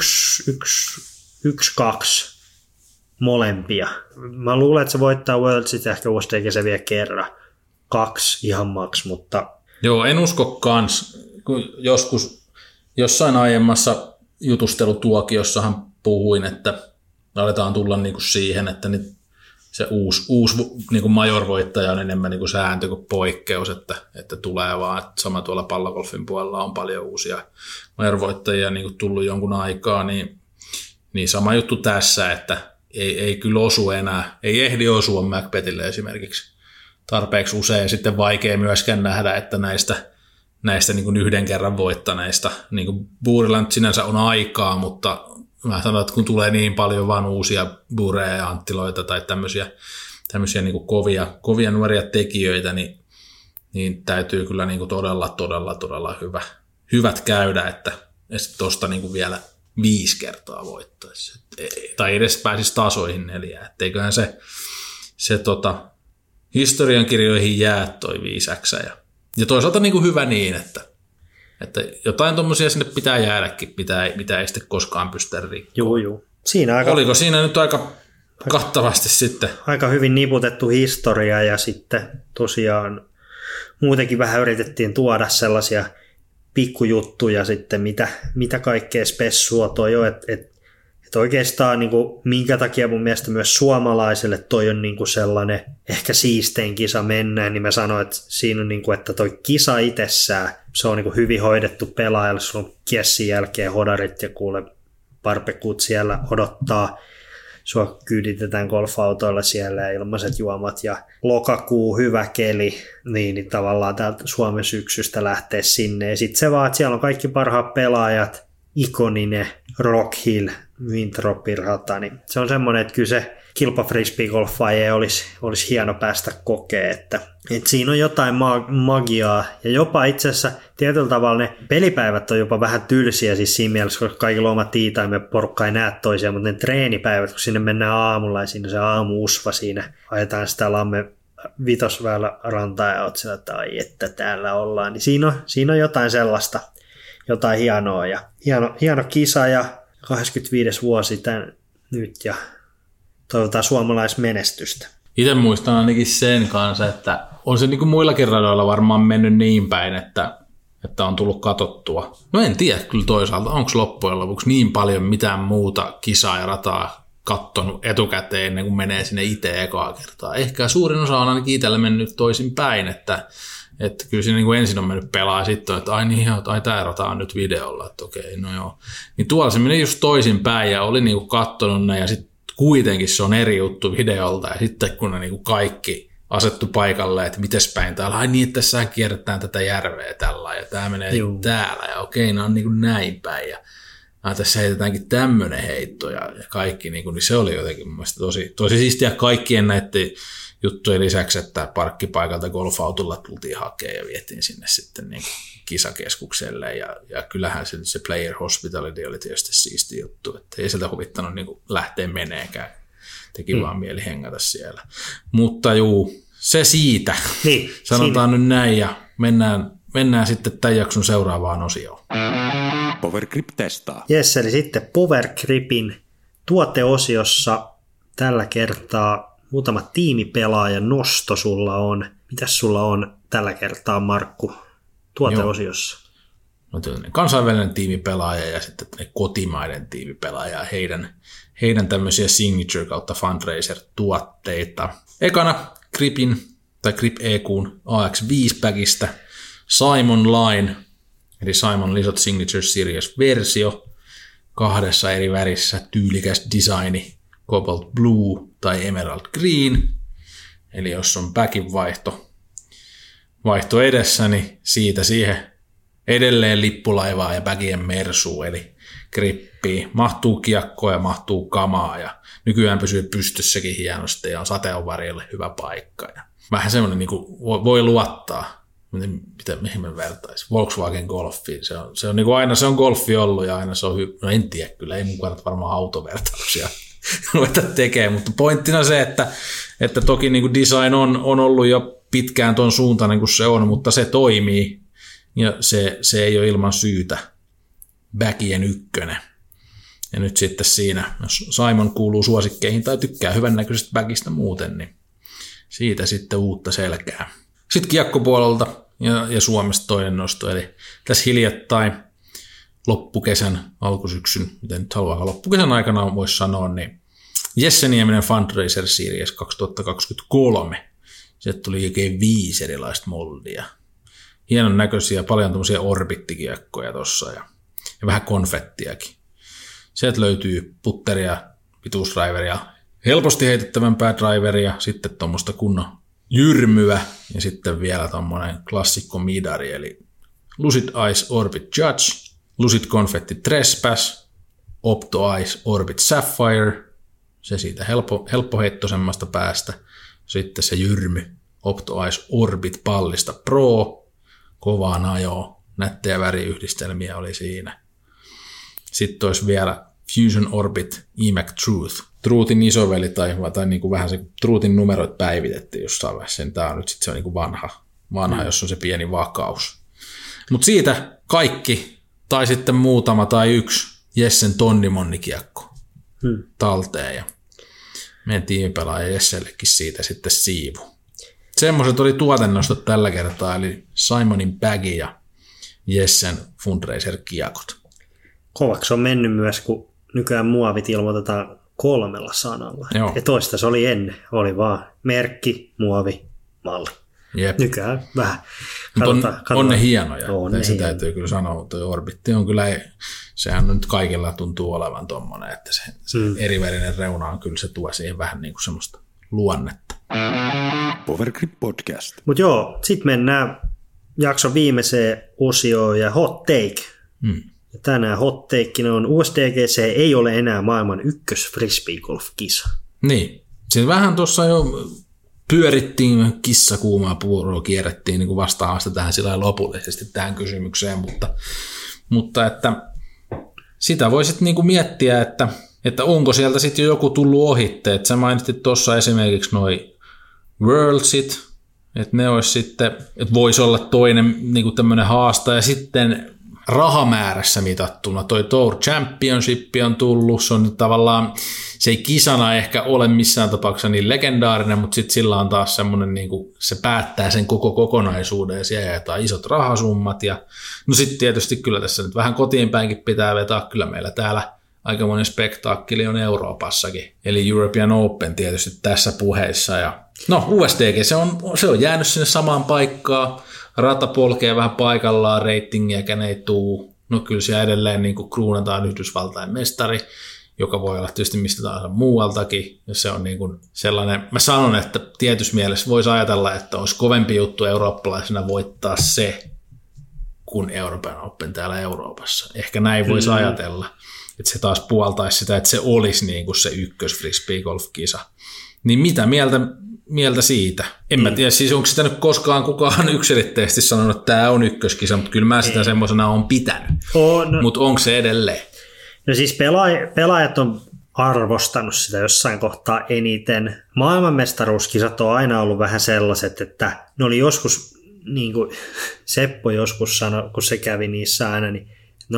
1-2 molempia. Mä luulen, että se voittaa Worldsit, ehkä USDG se vielä kerran. 2 ihan maks, mutta... Joo, en usko kans. Joskus jossain aiemmassa jutustelutuokiossahan puhuin, että aletaan tulla niinku siihen, että nyt se uusi niinku major-voittaja on enemmän niinku sääntö kuin poikkeus, että tulee vaan. Että sama tuolla pallogolfin puolella on paljon uusia major-voittajia niinku tullut jonkun aikaa, niin sama juttu tässä, että ei kyllä osu enää, ei ehdi osua Macbethille esimerkiksi tarpeeksi usein. Sitten vaikea myöskään nähdä, että näistä niin kuin yhden kerran voittaneista, niin kuin Buurilla nyt sinänsä on aikaa, mutta mä sanon, että kun tulee niin paljon vaan uusia Buureja ja Anttiloita tai tämmöisiä tämmöisiä niin kuin kovia nuoria tekijöitä, niin täytyy kyllä niin kuin todella hyvät käydä, että tuosta niin kuin vielä 5 kertaa voittaisi. Tai edes pääsisi tasoihin 4. Etteiköhän se historiankirjoihin jää toi 5X. Ja toisaalta niin kuin hyvä niin, että jotain tommosia sinne pitää jäädäkin, mitä ei sitten koskaan pystytä rikkoon. Joo. Oliko siinä nyt aika kattavasti sitten? Aika hyvin niputettu historia ja sitten tosiaan muutenkin vähän yritettiin tuoda sellaisia pikkujuttuja sitten, mitä kaikkea spessua toi on, että oikeastaan niin kuin, minkä takia mun mielestä myös suomalaisille toi on niin kuin sellainen ehkä siistein kisa mennään, niin mä sanoin, että siinä on niin kuin, että toi kisa itsessään, se on niin kuin hyvin hoidettu pelaajalle, sulla on kiessin jälkeen hodarit ja kuule barbecut siellä odottaa, sua kyyditetään golfautoilla siellä ja ilmaiset juomat ja lokakuu, hyvä keli, niin tavallaan täältä Suomen syksystä lähtee sinne. Ja sitten se vaan, että siellä on kaikki parhaat pelaajat, ikoninen Rock Hill, Wintropin rata, niin se on semmoinen, että kyllä se kilpa frisbeegolfaajia olisi hieno päästä kokee, että siinä on jotain magiaa ja jopa itse asiassa tietyllä tavalla ne pelipäivät on jopa vähän tylsiä siis siinä mielessä, koska kaikilla on oma tiitaime, porukka ei näe toisiaan, mutta ne treenipäivät, kun sinne mennään aamulla ja siinä se aamu-usva siinä, ajetaan sitä lamme vitosväylä rantaa ja oot sillä, että ai että täällä ollaan, niin siinä on jotain sellaista, jotain hienoa ja hieno kisa ja 25. vuosi tän nyt ja toivotaan suomalaismenestystä. Itse muistan ainakin sen kanssa, että on se niin kuin muillakin radoilla varmaan mennyt niin päin, että on tullut katsottua. No en tiedä kyllä toisaalta, onko loppujen lopuksi niin paljon mitään muuta kisaa ja rataa kattonut etukäteen ennen kuin menee sinne itse ekaa kertaa. Ehkä suurin osa on ainakin itsellä mennyt toisin päin, että kyllä siinä niin kuin ensin on mennyt pelaa ja sitten että ai tämä rata on nyt videolla, että okei, no joo. Niin tuolla se meni just toisin päin ja oli niin kuin kattonut ne ja sitten kuitenkin se on eri juttu videolta ja sitten kun ne niin kuin kaikki asettu paikalle, että mites päin täällä, ai niin, että tässä kierretään tätä järveä tällä ja tämä menee täällä ja okei, ne on niin kuin näin päin ja tässä heitetäänkin tämmöinen heitto ja kaikki, niin se oli jotenkin mun mielestä tosi siistiä kaikkien näiden juttujen lisäksi, että parkkipaikalta golfautolla tultiin hakemaan ja vietiin sinne sitten niin kisakeskukselle ja kyllähän se Player Hospitality oli tietysti siisti juttu, että ei sieltä huvittanut niin lähteä meneekään, teki vaan mieli hengätä siellä. Mutta se siitä, niin, sanotaan siinä nyt näin ja mennään sitten tämän jakson seuraavaan osioon. Powergrip testaa. Jes, eli sitten Powergripin tuoteosiossa tällä kertaa muutama tiimipelaajan nosto sulla on. Mitäs sulla on tällä kertaa, Markku, tuoteosiossa? No, kansainvälinen tiimipelaaja ja sitten kotimaiden tiimipelaaja ja heidän tämmöisiä signature kautta fundraiser-tuotteita. Ekana Gripin tai Grip EQ:n AX5-päkistä Simon Line, eli Simon Lisot Signature Series-versio, 2 eri värissä, tyylikäs designi, Cobalt Blue tai Emerald Green, eli jos on backin vaihto edessä, niin siitä siihen edelleen lippulaivaa ja backien mersuu, eli grippiin. Mahtuu kiekkoa ja mahtuu kamaa, ja nykyään pysyy pystyssäkin hienosti, ja on sateenvarjolle hyvä paikka. Ja vähän semmoinen, niin kuin voi luottaa. Mihin me vertaisi? Volkswagen Golfiin. Se on niin kuin aina se on golfi ollut ja aina se on hyvä. No en tiedä, kyllä ei mun kannata varmaan autovertauksia ruveta tekemään, mutta pointtina se, että toki niin kuin design on ollut jo pitkään ton suuntainen kuin se on, mutta se toimii ja se ei ole ilman syytä backien ykkönen. Ja nyt sitten siinä, jos Simon kuuluu suosikkeihin tai tykkää hyvännäköisestä backista muuten, niin siitä sitten uutta selkää. Sitten kiekkopuolelta ja Suomesta toinen nosto, eli tässä hiljattain loppukesän, alkusyksyn, miten nyt haluaa loppukesän aikana voisi sanoa, niin Jesse Nieminen Fundraiser Series 2023. Sieltä tuli oikein 5 erilaista moldia. Hienon näköisiä, paljon tämmöisiä orbittikiekkoja tossa ja vähän konfettiakin. Sieltä löytyy putteria, pituusdriveria, helposti heitettävämpää driveria, sitten tuommoista kunnon jyrmyä ja sitten vielä tommonen klassikko midari, eli Lucid Ice Orbit Judge, Lucid Confetti Trespass, Opto Ice Orbit Sapphire, se siitä helppoheittoisemmasta päästä, sitten se Jyrmy Opto-Ice Orbit pallista Pro, kovaan ajoa, nättejä väriyhdistelmiä oli siinä. Sitten olisi vielä Fusion Orbit EMAC Truth. Truthin isoveli tai niin kuin vähän se Truthin numeroit päivitettiin jossain vaiheessa. Tämä on nyt sitten se on niin kuin vanha, jos on se pieni vakaus. Mutta siitä kaikki, tai sitten muutama tai yksi Jessen tonnimonnikiekko talteen. Ja meidän tiimipelaaja Jessellekin siitä sitten siivu. Semmoiset oli tuotannostot tällä kertaa, eli Simonin Baggy ja Jessen Fundraiser-kiekot. Kovaksi on mennyt myös, kun nykyään muovit ilmoitetaan 3 sanalla. Joo. Ja toista se oli ennen. Oli vaan merkki, muovi, malli. Jep. Nykyään vähän. On ne hienoja. On ne se hienoja. täytyy kyllä sanoa. Tuo Orbitti on kyllä, sehän nyt kaikilla tuntuu olevan tommonen, että se erivärinen reuna on kyllä, se tuo siihen vähän niin kuin semmoista luonnetta. Powergrip Podcast. Mutta joo, sitten mennään jakson viimeiseen osioon ja hot take. Ja tänään hot take on USDGC ei ole enää maailman ykkös frisbeegolf-kisa. Niin, siis vähän tuossa jo pyörittiin kissakuumaa puuroa, kierrettiin niin kuin vastaamasta tähän sillä lopullisesti tähän kysymykseen, mutta että sitä voi sitten niin kuin miettiä, että onko sieltä sitten jo joku tullut ohitte. Että sä mainitsit tuossa esimerkiksi noi Worldsit, että ne olisi sitten, että voisi olla toinen niin kuin tämmöinen haastaja, ja sitten rahamäärässä mitattuna toi Tour Championship on tullut, se on nyt tavallaan, se ei kisana ehkä ole missään tapauksessa niin legendaarinen, mutta sitten sillä on taas semmoinen, niin kuin, se päättää sen koko kokonaisuuden ja siellä jaetaan isot rahasummat ja no sitten tietysti kyllä tässä nyt vähän kotiin päinkin pitää vetää, kyllä meillä täällä aikamoinen spektaakkeli on Euroopassakin, eli European Open tietysti tässä puheissa ja no USDG se on jäänyt sinne samaan paikkaan, rata polkee vähän paikallaan, ratingiäkään ei tuu. No kyllä siellä edelleen niin kuin kruunataan Yhdysvaltain mestari, joka voi olla tietysti mistä tahansa muualtakin. Ja se on niin kuin sellainen, mä sanon, että tietyssä mielessä voisi ajatella, että olisi kovempi juttu eurooppalaisena voittaa se, kuin Euroopan Open täällä Euroopassa. Ehkä näin voisi ajatella, että se taas puoltaisi sitä, että se olisi niin kuin se ykkös frisbee-golf-kisa. Niin mitä mieltä siitä? En mä tiedä, siis onko sitä nyt koskaan kukaan yksiselitteisesti sanonut, että tämä on ykköskisa, mutta kyllä mä sitä semmoisena olen pitänyt. Mutta onko se edelleen? No siis pelaajat on arvostanut sitä jossain kohtaa eniten. Maailmanmestaruuskisat on aina ollut vähän sellaiset, että ne oli joskus, niin kuin Seppo joskus sanoi, kun se kävi niissä aina, niin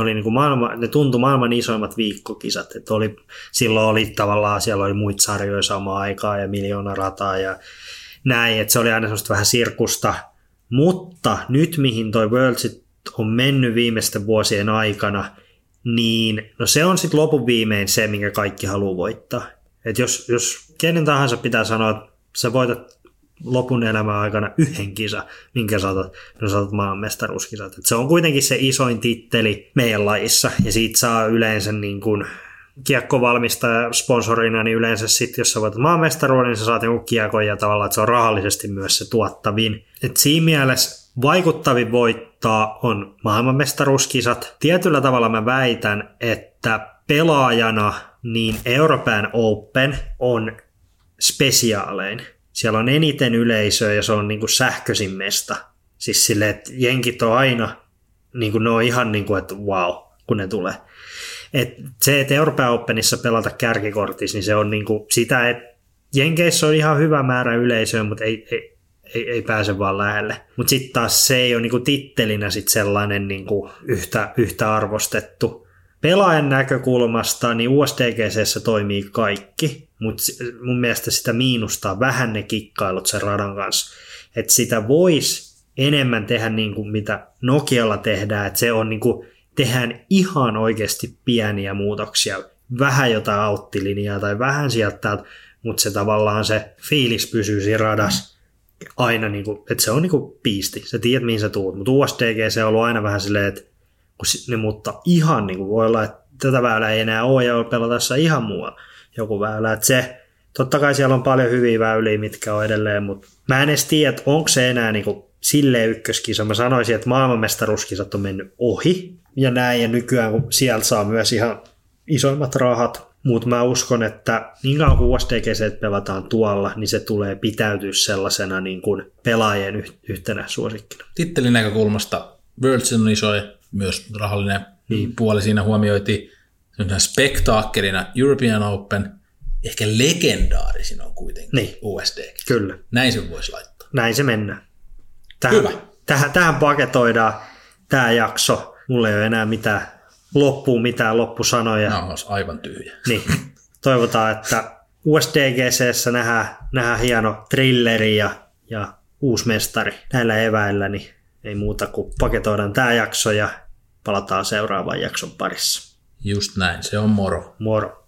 ne tuntui maailman isoimmat viikkokisat. Että silloin oli tavallaan, siellä oli muita sarjoja samaan aikaan ja miljoona rataa ja näin, että se oli aina semmoista vähän sirkusta. Mutta nyt mihin toi Worldsit on mennyt viimeisten vuosien aikana, niin no se on sitten lopun viimein se, minkä kaikki haluaa voittaa. Että jos kenen tahansa pitää sanoa, että sä voitat lopun elämän aikana yhden kisa, minkä saatat maailmanmestaruuskisat. Et se on kuitenkin se isoin titteli meidän lajissa, ja siitä saa yleensä niin kuin kiekkovalmistaja sponsorina, niin yleensä sitten, jos sä voitat maailmanmestaruuden, niin sä saat jonkun kiekon, ja tavallaan, että se on rahallisesti myös se tuottavin. Et siinä mielessä vaikuttavin voittaa on maailmanmestaruuskisat. Tietyllä tavalla mä väitän, että pelaajana niin European Open on spesiaalein. Siellä on eniten yleisöä ja se on niinku sähköisin mesta. Siis silleen, että jenkit on aina, niinku ne on ihan niin kuin, että wow, kun ne tulee. Et se, että European Openissa pelata kärkikortissa, niin se on niinku sitä, että jenkeissä on ihan hyvä määrä yleisöä, mutta ei pääse vaan lähelle. Mutta sitten taas se ei ole niinku tittelinä sit sellainen niinku yhtä arvostettu. Pelaajan näkökulmasta niin USDGC:ssä toimii kaikki, mutta mun mielestä sitä miinustaa vähän ne kikkailut sen radan kanssa. Että sitä voisi enemmän tehdä niin kuin mitä Nokialla tehdään, että se on niin kuin, tehdään ihan oikeasti pieniä muutoksia, vähän jotain auttilinjaa tai vähän sieltä, mutta se tavallaan se fiilis pysyy siinä radassa aina, niin kuin, että se on niin kuin piisti, sä tiedät mihin sä tuut, mutta USDGC on ollut aina vähän silleen, että kun ne muuttaa ihan, niin kuin voi olla, että tätä väylää ei enää ole ja pelata tässä ihan muualla joku väylä. Että se, totta kai siellä on paljon hyviä väyliä, mitkä on edelleen, mutta mä en edes tiedä, että onko se enää niin kuin silleen ykköskisa. Mä sanoisin, että maailmanmestaruuskisat on mennyt ohi ja näin, ja nykyään kun sieltä saa myös ihan isoimmat rahat, mutta mä uskon, että niin kauan kuin USDGC pelataan tuolla, niin se tulee pitäytyä sellaisena niin kuin pelaajien yhtenä suosikkina. Tittelin näkökulmasta Worlds on iso, myös rahallinen puoli siinä huomioitiin. Spektaakkelina European Open, ehkä legendaarisin on kuitenkin USDG. Kyllä. Näin se voisi laittaa. Näin se mennään. Hyvä. Tähän paketoidaan tämä jakso. Mulla ei ole enää mitään loppusanoja. No, olisi aivan tyhjä. Niin. Toivotaan, että USDGC:ssä nähdään hieno thrilleri ja uusi mestari näillä eväillä, niin ei muuta kuin paketoidaan tämä jakso ja palataan seuraavan jakson parissa. Just näin, se on moro. Moro.